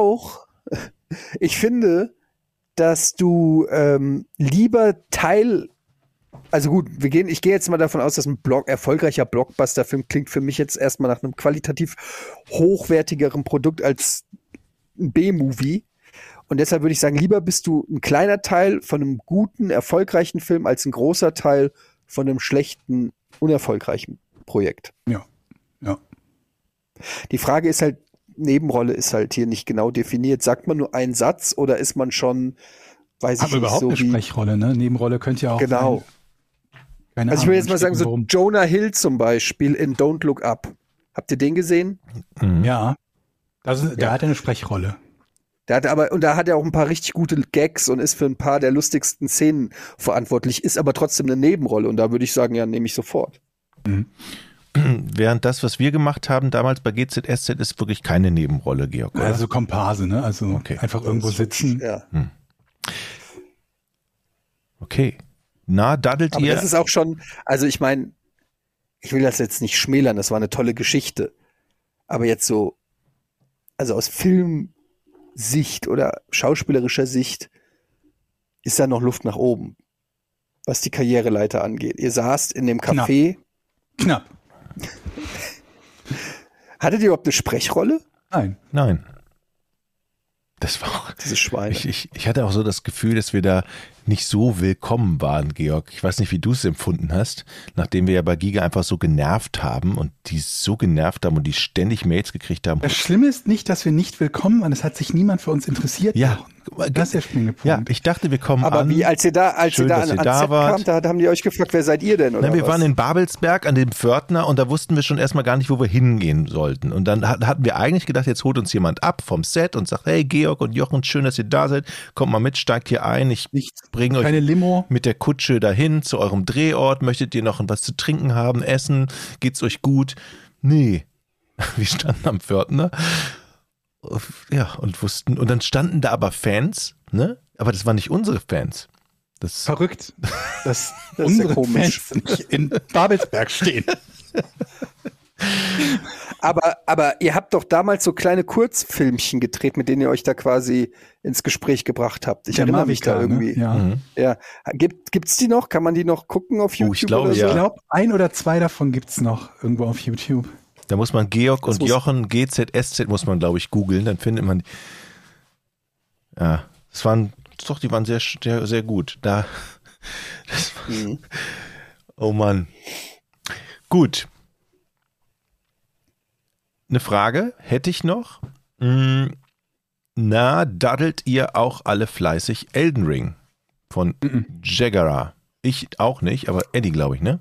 S4: finde, dass du lieber also gut, ich gehe jetzt mal davon aus, dass ein erfolgreicher Blockbuster-Film klingt für mich jetzt erstmal nach einem qualitativ hochwertigeren Produkt als ein B-Movie. Und deshalb würde ich sagen, lieber bist du ein kleiner Teil von einem guten, erfolgreichen Film als ein großer Teil von einem schlechten, unerfolgreichen Projekt.
S5: Ja.
S4: Die Frage ist halt, Nebenrolle ist halt hier nicht genau definiert. Sagt man nur einen Satz oder ist man schon, weiß ich nicht,
S5: überhaupt
S4: so
S5: eine Sprechrolle, ne? Nebenrolle könnte ja auch
S4: genau.
S5: Keine
S4: Also ich
S5: Ahnung,
S4: will jetzt mal sagen, so
S5: warum.
S4: Jonah Hill zum Beispiel in Don't Look Up. Habt ihr den gesehen?
S5: Ja. Der hat eine Sprechrolle.
S4: Da hat er auch ein paar richtig gute Gags und ist für ein paar der lustigsten Szenen verantwortlich, ist aber trotzdem eine Nebenrolle und da würde ich sagen, ja, nehme ich sofort.
S6: Während das, was wir gemacht haben damals bei GZSZ, ist wirklich keine Nebenrolle, Georg, oder?
S5: Also Komparse, ne? Also einfach irgendwo sitzen.
S4: Ja.
S6: Okay. Na, daddelt
S4: Aber
S6: ihr?
S4: das ist auch schon, also ich meine, ich will das jetzt nicht schmälern, das war eine tolle Geschichte. Aber jetzt so, also aus Filmsicht oder schauspielerischer Sicht ist da noch Luft nach oben, was die Karriereleiter angeht. Ihr saßt in dem Café.
S5: Knapp.
S4: Hattet ihr überhaupt eine Sprechrolle?
S6: Nein. Das war auch,
S4: Diese Schweine.
S6: ich hatte auch so das Gefühl, dass wir da nicht so willkommen waren, Georg. Ich weiß nicht, wie du es empfunden hast, nachdem wir ja bei Giga einfach so genervt haben und die so genervt haben und die ständig Mails gekriegt haben.
S5: Das Schlimme ist nicht, dass wir nicht willkommen waren. Es hat sich niemand für uns interessiert.
S6: Ja.
S5: Das ist der springende Punkt.
S6: Ja, ich dachte, wir kommen
S4: Aber
S6: an.
S4: wie, als ihr da an
S6: Schön, dass ihr da
S4: Set
S6: wart.
S4: kamt, da haben die euch gefragt, wer seid ihr denn? Oder
S6: Na, wir
S4: was?
S6: waren in Babelsberg an dem Pförtner und da wussten wir schon erstmal gar nicht, wo wir hingehen sollten. Und dann hatten wir eigentlich gedacht, jetzt holt uns jemand ab vom Set und sagt, hey Georg und Jochen, schön, dass ihr da seid. Kommt mal mit, steigt hier ein. Ich bringe euch
S5: Keine Limo.
S6: mit der Kutsche dahin zu eurem Drehort. Möchtet ihr noch was zu trinken haben, essen? Geht's euch gut? Nee. Wir standen am Pförtner. Ja, und wussten, und dann standen da aber Fans, ne? Aber das waren nicht unsere Fans. Das
S5: Verrückt, dass
S4: ist ja
S5: unsere
S4: komisch.
S5: Fans nicht in Babelsberg stehen.
S4: Aber ihr habt doch damals so kleine Kurzfilmchen gedreht, mit denen ihr euch da quasi ins Gespräch gebracht habt. Ich erinnere mich da irgendwie.
S5: Ne? Ja.
S6: Mhm.
S4: Ja. Gibt's die noch? Kann man die noch gucken auf YouTube?
S6: ich glaube,
S4: oder so?
S6: ja.
S5: Ich glaube, 1 oder 2 davon gibt's noch irgendwo auf YouTube.
S6: Da muss man Georg
S4: Das
S6: und
S4: muss-
S6: Jochen, GZSZ muss man, glaube ich, googeln, dann findet man. Ja, die waren sehr, sehr, sehr gut. Oh Mann. Gut. Eine Frage hätte ich noch. Na, daddelt ihr auch alle fleißig Elden Ring von Jaggera? Ich auch nicht, aber Eddie, glaube ich, ne?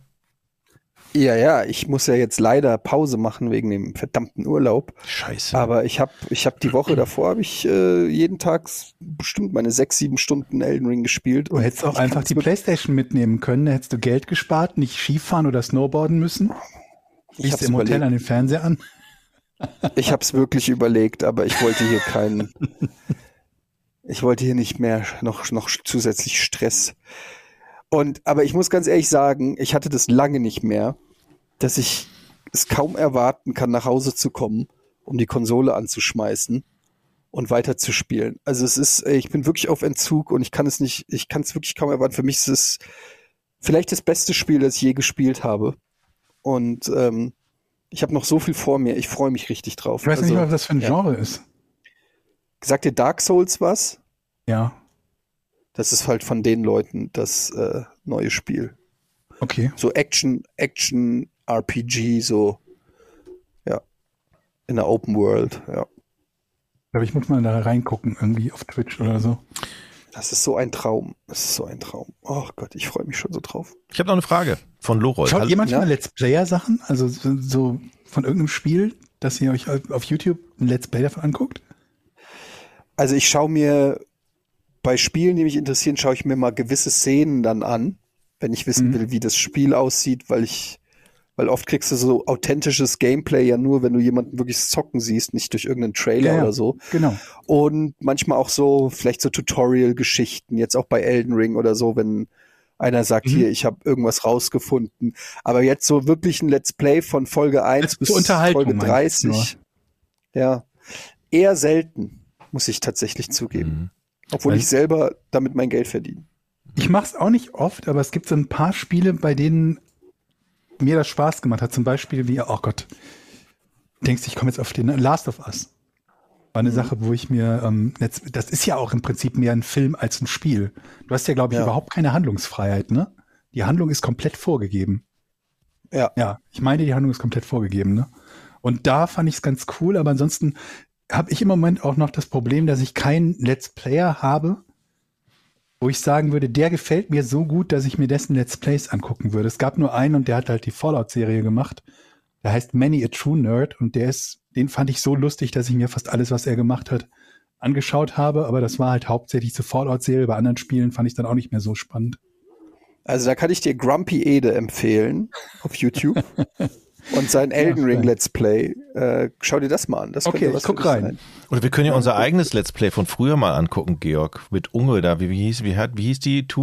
S4: Ja, ich muss ja jetzt leider Pause machen wegen dem verdammten Urlaub.
S6: Scheiße.
S4: Aber ich hab die Woche davor habe ich jeden Tag bestimmt meine 6-7 Stunden Elden Ring gespielt.
S5: Du hättest auch
S4: ich
S5: einfach
S4: kann's
S5: die Playstation mitnehmen können, da hättest du Geld gespart, nicht Skifahren oder Snowboarden müssen.
S4: Ich
S5: Liest
S4: hab's
S5: im Hotel
S4: überlegt.
S5: an den Fernseher an.
S4: Ich habe es wirklich überlegt, aber ich wollte hier ich wollte hier nicht mehr noch zusätzlich Stress. Aber ich muss ganz ehrlich sagen, ich hatte das lange nicht mehr, dass ich es kaum erwarten kann, nach Hause zu kommen, um die Konsole anzuschmeißen und weiterzuspielen. Also ich bin wirklich auf Entzug und ich kann es wirklich kaum erwarten. Für mich ist es vielleicht das beste Spiel, das ich je gespielt habe. Und ich habe noch so viel vor mir. Ich freue mich richtig drauf.
S5: Ich weiß nicht mal, was das für ein Genre ist.
S4: Sagt dir Dark Souls was?
S5: Ja,
S4: Das ist halt von den Leuten das neue Spiel.
S5: okay.
S4: So Action, RPG, so ja, in der Open World, ja.
S5: Ich glaube, ich muss mal da reingucken, irgendwie auf Twitch oder so.
S4: Das ist so ein Traum. Oh Gott, ich freue mich schon so drauf.
S6: Ich habe noch eine Frage von Lorold.
S5: Schaut ihr manchmal
S4: Ja.
S5: Let's Player-Sachen? Also so von irgendeinem Spiel, dass ihr euch auf YouTube ein Let's Play davon anguckt?
S4: Also ich schaue mir bei Spielen, die mich interessieren, schaue ich mir mal gewisse Szenen dann an, wenn ich wissen will, wie das Spiel aussieht, weil oft kriegst du so authentisches Gameplay ja nur, wenn du jemanden wirklich zocken siehst, nicht durch irgendeinen Trailer
S5: Ja,
S4: oder so.
S5: Genau.
S4: Und manchmal auch so, vielleicht so Tutorial-Geschichten, jetzt auch bei Elden Ring oder so, wenn einer sagt, hier, ich habe irgendwas rausgefunden. Aber jetzt so wirklich ein Let's Play von Folge 1 bis
S5: zur Unterhaltung
S4: Folge
S5: meinst du
S4: 30. Ja, eher selten, muss ich tatsächlich zugeben. Obwohl
S6: Weil-
S4: ich selber damit mein Geld verdiene.
S5: Ich mache es auch nicht oft, aber es gibt so ein paar Spiele, bei denen mir das Spaß gemacht hat. Zum Beispiel wie, oh Gott, denkst du, ich komme jetzt auf den Last of Us. War eine Sache, wo ich mir, das ist ja auch im Prinzip mehr ein Film als ein Spiel. Du hast ja, glaube ich,
S4: Ja.
S5: überhaupt keine Handlungsfreiheit, ne? Die Handlung ist komplett vorgegeben.
S4: Ja.
S5: Ja, ich meine, die Handlung ist komplett vorgegeben, ne? Und da fand ich es ganz cool, aber ansonsten habe ich im Moment auch noch das Problem, dass ich keinen Let's Player habe, wo ich sagen würde, der gefällt mir so gut, dass ich mir dessen Let's Plays angucken würde. Es gab nur einen und der hat halt die Fallout-Serie gemacht. Der heißt Manny a True Nerd und den fand ich so lustig, dass ich mir fast alles, was er gemacht hat, angeschaut habe, aber das war halt hauptsächlich zur Fallout-Serie. Bei anderen Spielen fand ich dann auch nicht mehr so spannend.
S4: Also da kann ich dir Grumpy Ede empfehlen auf YouTube und sein Elden Ring
S5: stimmt.
S4: Let's Play. Schau dir das mal an. Das
S5: Okay,
S4: könnte
S5: ich
S4: was
S5: guck
S4: für dich
S5: rein.
S4: sein.
S6: Oder wir können ja unser eigenes Let's Play von früher mal angucken, Georg. Mit Unge da. Wie hieß die?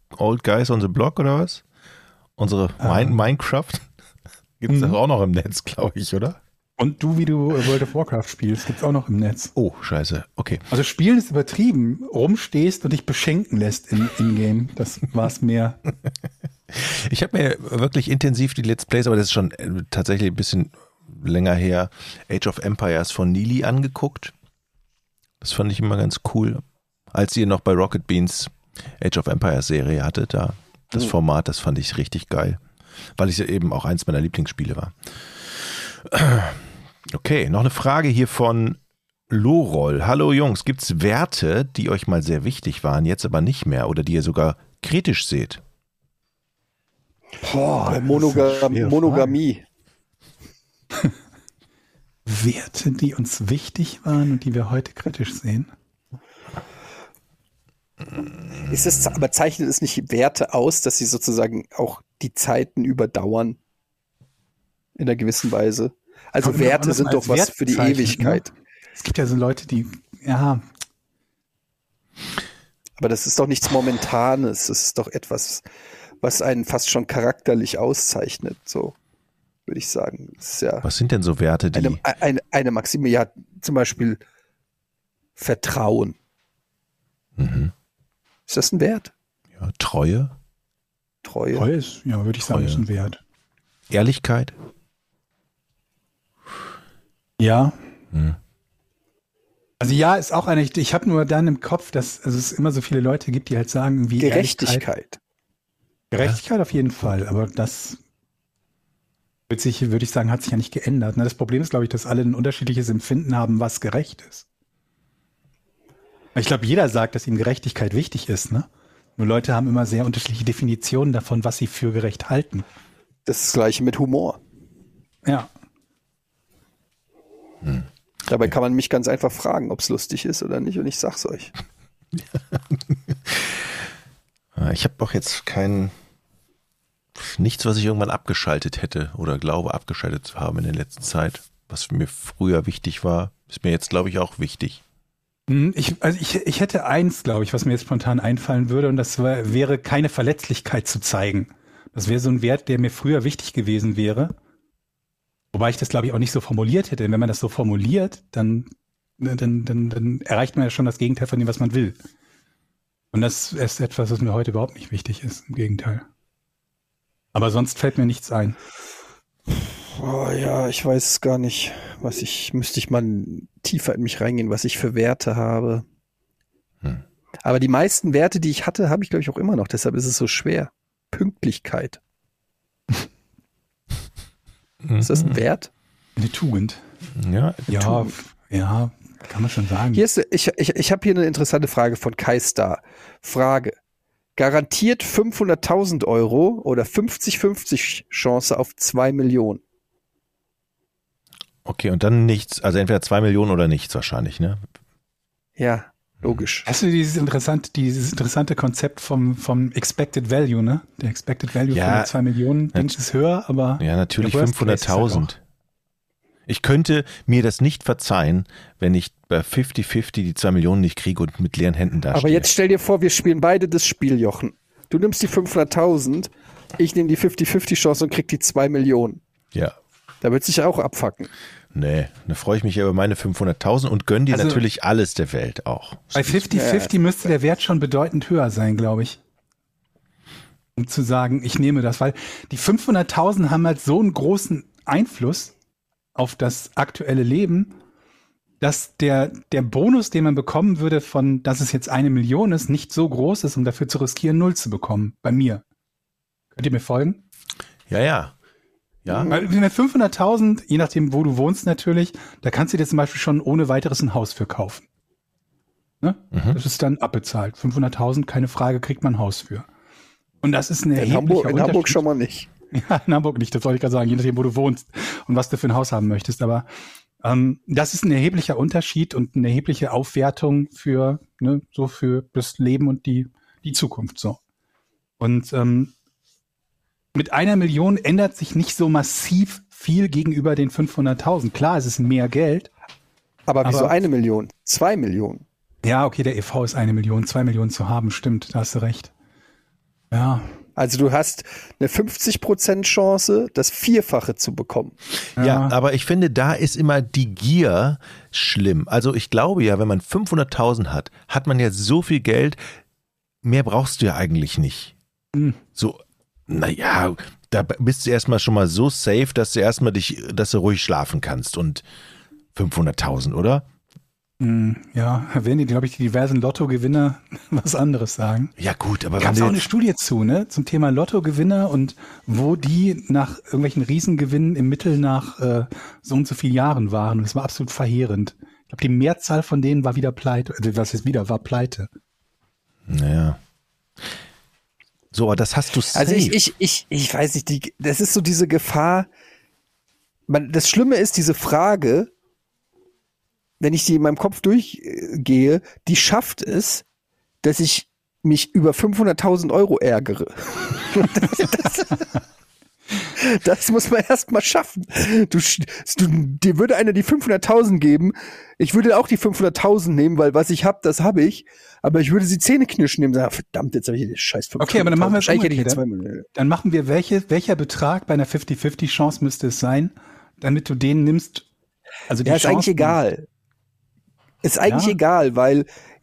S6: Old Guys on the Block oder was? Unsere Minecraft gibt es auch noch im Netz, glaube ich, oder?
S5: Und du, wie du World of Warcraft spielst, gibt's auch noch im Netz.
S6: Oh, scheiße, okay.
S5: Also Spielen ist übertrieben, rumstehst und dich beschenken lässt in-game. Das war's mehr.
S6: Ich habe mir wirklich intensiv die Let's Plays, aber das ist schon tatsächlich ein bisschen länger her, Age of Empires von Nili angeguckt. Das fand ich immer ganz cool. Als ihr noch bei Rocket Beans Age of Empires Serie hatte, da das Format, das fand ich richtig geil. Weil es ja eben auch eins meiner Lieblingsspiele war. Okay, noch eine Frage hier von Lorol. Hallo Jungs, gibt's Werte, die euch mal sehr wichtig waren, jetzt aber nicht mehr oder die ihr sogar kritisch seht?
S4: Boah, Monogamie.
S5: Werte, die uns wichtig waren und die wir heute kritisch sehen?
S4: Aber zeichnet es nicht Werte aus, dass sie sozusagen auch die Zeiten überdauern? In einer gewissen Weise. Also Werte sind doch was für die Ewigkeit.
S5: Ne? Es gibt ja so Leute, die, ja.
S4: Aber das ist doch nichts Momentanes. Das ist doch etwas, was einen fast schon charakterlich auszeichnet, so würde ich sagen. Das ist ja
S6: was sind denn so Werte, die...
S4: Eine Maxime, ja, zum Beispiel Vertrauen.
S6: Mhm.
S4: Ist das ein Wert?
S6: Ja, Treue.
S5: Treue ist, ja, würde ich sagen, ist ein Wert.
S6: Ehrlichkeit.
S5: Ja. Also ja, ist auch eine, ich habe nur dann im Kopf, dass es immer so viele Leute gibt, die halt sagen, wie
S4: Gerechtigkeit.
S5: Gerechtigkeit auf jeden Fall, aber das würde ich sagen, hat sich ja nicht geändert. Das Problem ist, glaube ich, dass alle ein unterschiedliches Empfinden haben, was gerecht ist. Ich glaube, jeder sagt, dass ihm Gerechtigkeit wichtig ist, ne? Nur Leute haben immer sehr unterschiedliche Definitionen davon, was sie für gerecht halten.
S4: Das ist das Gleiche mit Humor.
S5: Ja.
S4: Dabei kann man mich ganz einfach fragen, ob es lustig ist oder nicht, und ich sag's euch.
S6: Ich habe auch jetzt nichts, was ich irgendwann abgeschaltet hätte oder glaube abgeschaltet zu haben in der letzten Zeit. Was mir früher wichtig war, ist mir jetzt, glaube ich, auch wichtig.
S5: Ich hätte eins, glaube ich, was mir jetzt spontan einfallen würde, und das wäre, keine Verletzlichkeit zu zeigen. Das wäre so ein Wert, der mir früher wichtig gewesen wäre. Wobei ich das, glaube ich, auch nicht so formuliert hätte. Wenn man das so formuliert, dann erreicht man ja schon das Gegenteil von dem, was man will. Und das ist etwas, was mir heute überhaupt nicht wichtig ist. Im Gegenteil. Aber sonst fällt mir nichts ein.
S4: Oh ja, ich weiß es gar nicht. Müsste ich mal tiefer in mich reingehen, was ich für Werte habe. Aber die meisten Werte, die ich hatte, habe ich, glaube ich, auch immer noch. Deshalb ist es so schwer. Pünktlichkeit. Ist das ein Wert?
S5: Eine Tugend.
S6: Ja,
S5: Tugend. Ja, kann man schon sagen.
S4: Ich habe hier eine interessante Frage von Kai Star. Frage. Garantiert 500.000 € oder 50-50 Chance auf 2 Millionen?
S6: Okay, und dann nichts, also entweder 2 Millionen oder nichts wahrscheinlich, ne?
S4: Ja, logisch.
S5: Hast du dieses interessante Konzept vom Expected Value, ne? Der Expected Value von 2 Millionen, ist höher, aber...
S6: Ja, natürlich 500.000. Ich könnte mir das nicht verzeihen, wenn ich bei 50-50 die 2 Millionen nicht kriege und mit leeren Händen dastehe.
S4: Aber jetzt stell dir vor, wir spielen beide das Spiel, Jochen. Du nimmst die 500.000, ich nehme die 50-50 Chance und krieg die 2 Millionen.
S6: Ja.
S4: Da wird sich auch abfacken.
S6: Nee, da freue ich mich ja über meine 500.000 und gönne dir natürlich alles der Welt auch.
S5: Bei 50-50 müsste der Wert schon bedeutend höher sein, glaube ich. Um zu sagen, ich nehme das, weil die 500.000 haben halt so einen großen Einfluss auf das aktuelle Leben, dass der Bonus, den man bekommen würde von, dass es jetzt 1 Million ist, nicht so groß ist, um dafür zu riskieren, 0 zu bekommen. Bei mir. Könnt ihr mir folgen?
S6: Ja.
S5: Weil mit 500.000, je nachdem, wo du wohnst natürlich, da kannst du dir zum Beispiel schon ohne weiteres ein Haus für kaufen. Ne? Das ist dann abbezahlt. 500.000, keine Frage, kriegt man ein Haus für. Und das ist eine erheblicher Unterschied.
S4: In Hamburg schon mal nicht.
S5: Ja, in Hamburg nicht, das wollte ich gerade sagen, je nachdem, wo du wohnst und was du für ein Haus haben möchtest. Aber das ist ein erheblicher Unterschied und eine erhebliche Aufwertung für das Leben und die Zukunft. So. Und mit 1 Million ändert sich nicht so massiv viel gegenüber den 500.000. Klar, es ist mehr Geld.
S4: Aber wieso 1 Million? 2 Millionen.
S5: Ja, okay, der e.V. ist 1 Million, 2 Millionen zu haben, stimmt, da hast du recht. Ja.
S4: Also du hast eine 50% Chance, das Vierfache zu bekommen.
S6: Ja, aber ich finde, da ist immer die Gier schlimm. Also ich glaube ja, wenn man 500.000 hat man ja so viel Geld, mehr brauchst du ja eigentlich nicht. So, naja, da bist du erstmal schon mal so safe, dass du ruhig schlafen kannst und 500.000, oder?
S5: Ja, werden die, glaube ich, die diversen Lottogewinner was anderes sagen.
S6: Ja gut, aber
S5: gab es auch eine Studie zu, ne, zum Thema Lottogewinner und wo die nach irgendwelchen Riesengewinnen im Mittel nach so und so vielen Jahren waren. Und das war absolut verheerend. Ich glaube, die Mehrzahl von denen war wieder pleite. War pleite.
S6: Naja. So, aber das hast du safe.
S4: Also ich weiß nicht, das ist so diese Gefahr. Das Schlimme ist, diese Frage, wenn ich die in meinem Kopf durchgehe, die schafft es, dass ich mich über 500.000 Euro ärgere. Das muss man erst mal schaffen. Dir würde einer die 500.000 geben, ich würde auch die 500.000 nehmen, weil was ich habe, das habe ich, aber ich würde sie zähneknirschen nehmen und sagen, verdammt, jetzt habe ich den scheiß 500.000.
S5: Okay, aber dann machen wir es dann machen wir, welcher Betrag bei einer 50-50 Chance müsste es sein, damit du den nimmst? Also die
S4: ist eigentlich egal. Ist eigentlich egal, weil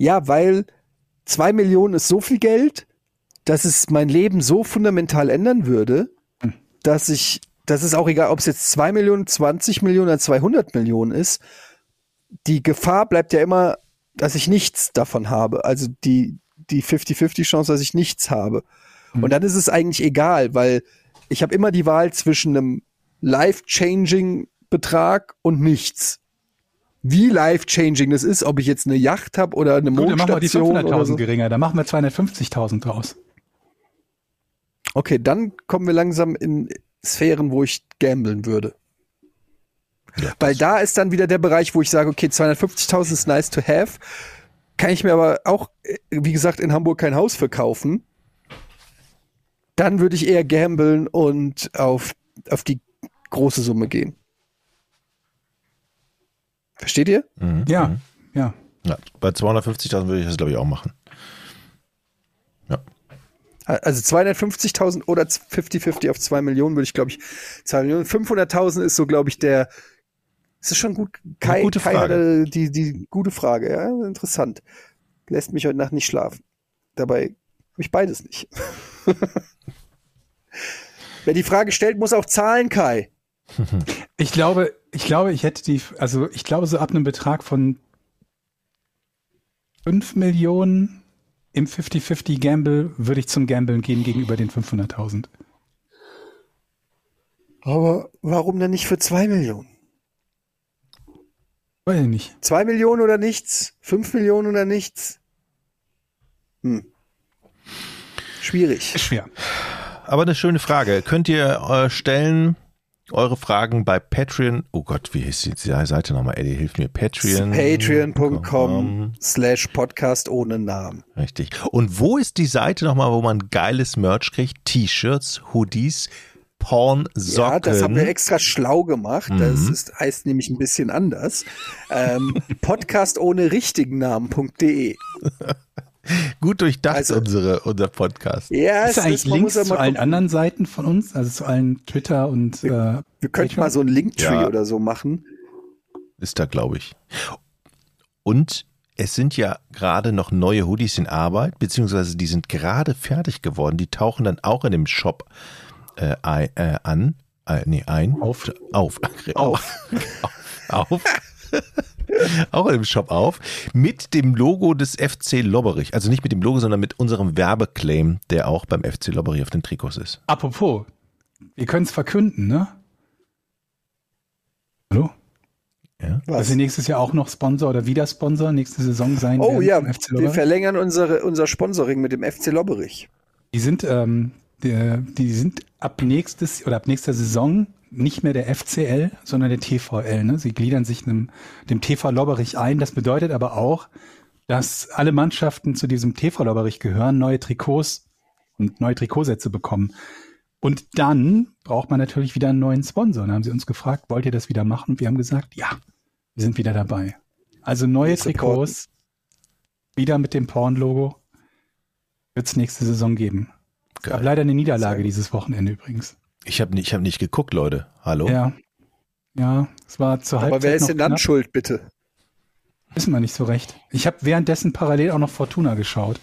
S4: 2 Millionen ist so viel Geld, dass es mein Leben so fundamental ändern würde, dass es auch egal, ob es jetzt 2 Millionen, 20 Millionen oder 200 Millionen ist. Die Gefahr bleibt ja immer, dass ich nichts davon habe. Also die 50-50 Chance, dass ich nichts habe. Und dann ist es eigentlich egal, weil ich habe immer die Wahl zwischen einem life-changing Betrag und nichts. Wie life-changing das ist, ob ich jetzt eine Yacht habe oder eine Mondstation.
S5: Dann machen wir die 500.000
S4: so.
S5: geringer, dann machen wir 250.000 draus.
S4: Okay, dann kommen wir langsam in Sphären, wo ich gamblen würde. Ja, weil da ist dann wieder der Bereich, wo ich sage, okay, 250.000 ist nice to have, kann ich mir aber auch, wie gesagt, in Hamburg kein Haus verkaufen. Dann würde ich eher gamblen und auf die große Summe gehen. Versteht ihr?
S5: Ja.
S6: Bei 250.000 würde ich das, glaube ich, auch machen. Ja.
S4: Also 250.000 oder 50-50 auf 2 Millionen würde ich, glaube ich, 2 Millionen. 500.000 ist so, glaube ich, ist schon gut. Kai hatte die gute Frage, ja, interessant. Lässt mich heute Nacht nicht schlafen. Dabei habe ich beides nicht. Wer die Frage stellt, muss auch zahlen, Kai.
S5: Ich glaube, ich hätte so ab einem Betrag von 5 Millionen im 50-50 Gamble würde ich zum Gamblen gehen gegenüber den 500.000.
S4: Aber warum denn nicht für 2 Millionen?
S5: Weiß ich nicht.
S4: 2 Millionen oder nichts? 5 Millionen oder nichts? Schwierig.
S5: Schwer.
S6: Aber eine schöne Frage. Könnt ihr stellen eure Fragen bei Patreon. Oh Gott, wie hieß die Seite nochmal? Eddie, hilf mir.
S4: Patreon.com/Podcast ohne Namen.
S6: Richtig. Und wo ist die Seite nochmal, wo man geiles Merch kriegt? T-Shirts, Hoodies, Pornsocken.
S4: Ja, das haben wir extra schlau gemacht. Das heißt nämlich ein bisschen anders. Podcast ohne richtigen Namen.de.
S6: Gut durchdacht, unser Podcast.
S4: Ja,
S5: ist eigentlich Links zu allen anderen Seiten von uns, also zu allen Twitter und
S4: wir könnten mal so ein Linktree oder so machen.
S6: Ist da, glaube ich. Und es sind ja gerade noch neue Hoodies in Arbeit, beziehungsweise die sind gerade fertig geworden. Die tauchen dann auch in dem Shop auch in dem Shop auf, mit dem Logo des FC Lobberich. Also nicht mit dem Logo, sondern mit unserem Werbeclaim, der auch beim FC Lobberich auf den Trikots ist.
S5: Apropos, wir können es verkünden, ne? Hallo?
S6: Ja?
S5: Dass wir nächstes Jahr auch noch Sponsor oder wieder Sponsor nächste Saison sein werden.
S4: Oh ja, wir verlängern unser Sponsoring mit dem FC Lobberich.
S5: Die sind ab nächster Saison nicht mehr der FCL, sondern der TVL. Ne? Sie gliedern sich dem TV Lobberich ein. Das bedeutet aber auch, dass alle Mannschaften zu diesem TV Lobberich gehören, neue Trikots und neue Trikotsätze bekommen. Und dann braucht man natürlich wieder einen neuen Sponsor. Dann haben sie uns gefragt, wollt ihr das wieder machen? Und wir haben gesagt, ja, wir sind wieder dabei. Also neue Trikots, wieder mit dem Porn-Logo, wird es nächste Saison geben. Es gab leider eine Niederlage dieses Wochenende übrigens.
S6: Ich hab nicht geguckt, Leute. Hallo?
S5: Ja, es war zur Halbzeit.
S4: Aber wer ist denn dann schuld, bitte?
S5: Wissen wir nicht so recht. Ich habe währenddessen parallel auch noch Fortuna geschaut.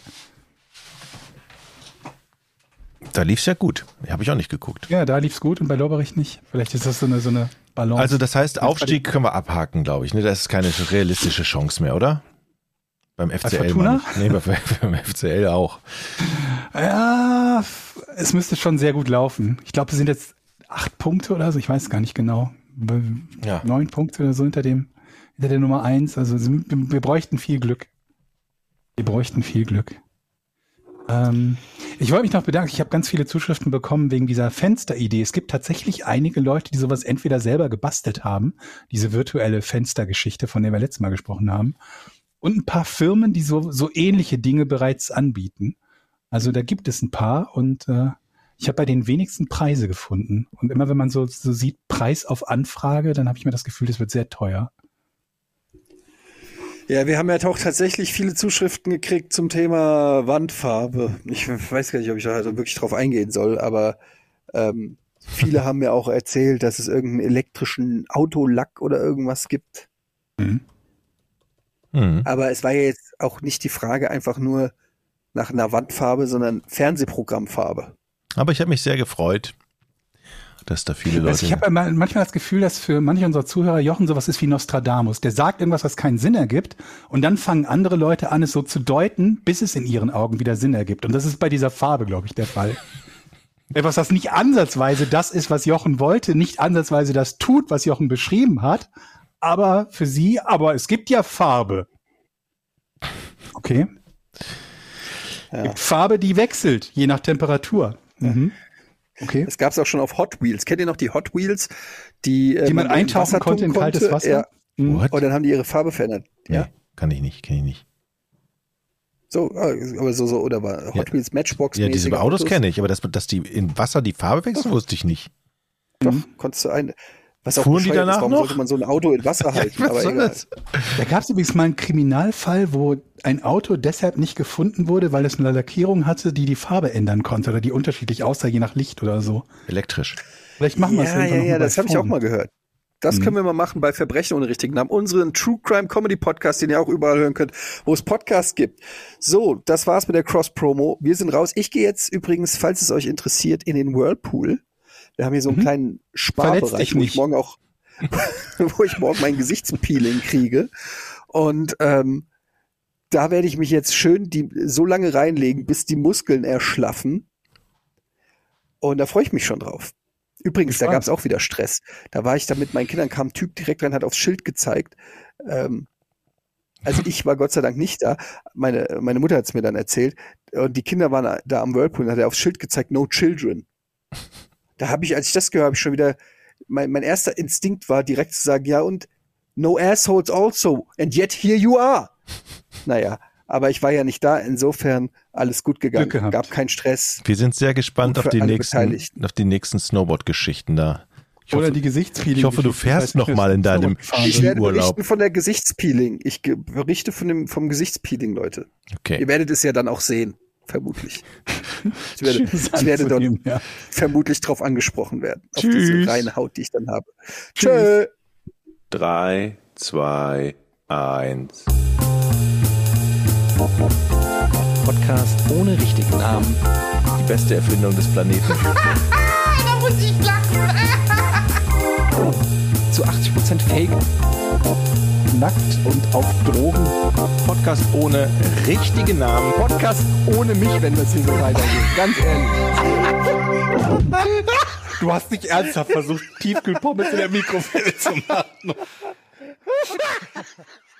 S6: Da lief's ja gut. Habe ich auch nicht geguckt.
S5: Ja, da lief's gut und bei Lorberich nicht. Vielleicht ist das so eine Balance.
S6: Also das heißt, Aufstieg können wir abhaken, glaube ich. Ne? Das ist keine realistische Chance mehr, oder? Beim FCL.
S5: Fortuna?
S6: Nee, beim FCL auch.
S5: Ja, es müsste schon sehr gut laufen. Ich glaube, es sind jetzt 8 Punkte oder so. Ich weiß gar nicht genau. 9 Punkte oder so hinter der Nummer 1. Also wir bräuchten viel Glück. Ich wollte mich noch bedanken. Ich habe ganz viele Zuschriften bekommen wegen dieser Fensteridee. Es gibt tatsächlich einige Leute, die sowas entweder selber gebastelt haben, diese virtuelle Fenstergeschichte, von der wir letztes Mal gesprochen haben, und ein paar Firmen, die so ähnliche Dinge bereits anbieten. Also da gibt es ein paar und ich habe bei den wenigsten Preise gefunden. Und immer wenn man so sieht, Preis auf Anfrage, dann habe ich mir das Gefühl, das wird sehr teuer.
S4: Ja, wir haben ja auch tatsächlich viele Zuschriften gekriegt zum Thema Wandfarbe. Ich weiß gar nicht, ob ich da also wirklich drauf eingehen soll, aber viele haben mir auch erzählt, dass es irgendeinen elektrischen Autolack oder irgendwas gibt. Aber es war ja jetzt auch nicht die Frage einfach nur nach einer Wandfarbe, sondern Fernsehprogrammfarbe.
S6: Aber ich habe mich sehr gefreut, dass da viele Leute...
S5: Also ich habe manchmal das Gefühl, dass für manche unserer Zuhörer Jochen sowas ist wie Nostradamus. Der sagt irgendwas, was keinen Sinn ergibt und dann fangen andere Leute an, es so zu deuten, bis es in ihren Augen wieder Sinn ergibt. Und das ist bei dieser Farbe, glaube ich, der Fall. Etwas, das nicht ansatzweise das ist, was Jochen wollte, nicht ansatzweise das tut, was Jochen beschrieben hat, aber für sie, aber es gibt ja Farbe. Okay. Es gibt Farbe, die wechselt, je nach Temperatur. Okay.
S4: Das gab es auch schon auf Hot Wheels. Kennt ihr noch die Hot Wheels, die
S5: man eintauchen konnte in kaltes Wasser?
S4: Ja. Und dann haben die ihre Farbe verändert.
S6: Nee,
S4: ja?
S6: Kenne ich nicht.
S4: So, aber so, oder war Hot Wheels Matchbox.
S6: Ja, diese Autos kenne ich, aber dass die in Wasser die Farbe wechseln, wusste ich nicht.
S4: Doch, konntest du was auch
S6: fuhren die danach
S4: ist, warum
S6: noch?
S4: sollte man so ein Auto in Wasser halten? Aber egal.
S5: Da gab es übrigens mal einen Kriminalfall, wo ein Auto deshalb nicht gefunden wurde, weil es eine Lackierung hatte, die Farbe ändern konnte oder die unterschiedlich aussah, je nach Licht oder so.
S6: Elektrisch.
S5: Vielleicht machen wir es irgendwann noch mal.
S4: Ja, das habe ich auch mal gehört. Das können wir mal machen bei Verbrechen ohne richtigen Namen. Unseren True Crime Comedy Podcast, den ihr auch überall hören könnt, wo es Podcasts gibt. So, das war's mit der Cross-Promo. Wir sind raus. Ich gehe jetzt übrigens, falls es euch interessiert, in den Whirlpool. Wir haben hier so einen kleinen Sparbereich, wo ich morgen mein Gesichtspeeling kriege. Und da werde ich mich jetzt schön so lange reinlegen, bis die Muskeln erschlaffen. Und da freue ich mich schon drauf. Übrigens, da gab es auch wieder Stress. Da war ich da mit meinen Kindern, kam ein Typ direkt rein, hat aufs Schild gezeigt. Also ich war Gott sei Dank nicht da. Meine Mutter hat es mir dann erzählt. Und die Kinder waren da am Whirlpool und hat er aufs Schild gezeigt, no children. Da habe ich, als ich das gehört habe, schon wieder, mein erster Instinkt war direkt zu sagen, ja und no assholes also. And yet here you are. Naja, aber ich war ja nicht da. Insofern alles gut gegangen. Gab keinen Stress.
S6: Wir sind sehr gespannt auf die nächsten Snowboard-Geschichten da.
S5: Oder die Gesichtspeeling.
S6: Ich hoffe, du fährst noch mal in deinem Skiurlaub.
S4: Ich werde berichten von der Gesichtspeeling. Ich berichte vom Gesichtspeeling, Leute.
S6: Okay.
S4: Ihr werdet es ja dann auch sehen. Vermutlich. Ich werde dort vermutlich drauf angesprochen werden. Auf diese reine Haut, die ich dann habe. Tschö.
S1: 3, 2, 1.
S2: Podcast ohne richtigen Namen. Die beste Erfindung des Planeten.
S3: Da muss ich lachen.
S2: Zu 80% Fake.
S5: Nackt und auf Drogen.
S2: Podcast ohne richtigen Namen.
S4: Podcast ohne mich, wenn das hier so weitergeht. Ganz ehrlich.
S5: Du hast nicht ernsthaft versucht, Tiefkühlpommes in der Mikrowelle zu machen.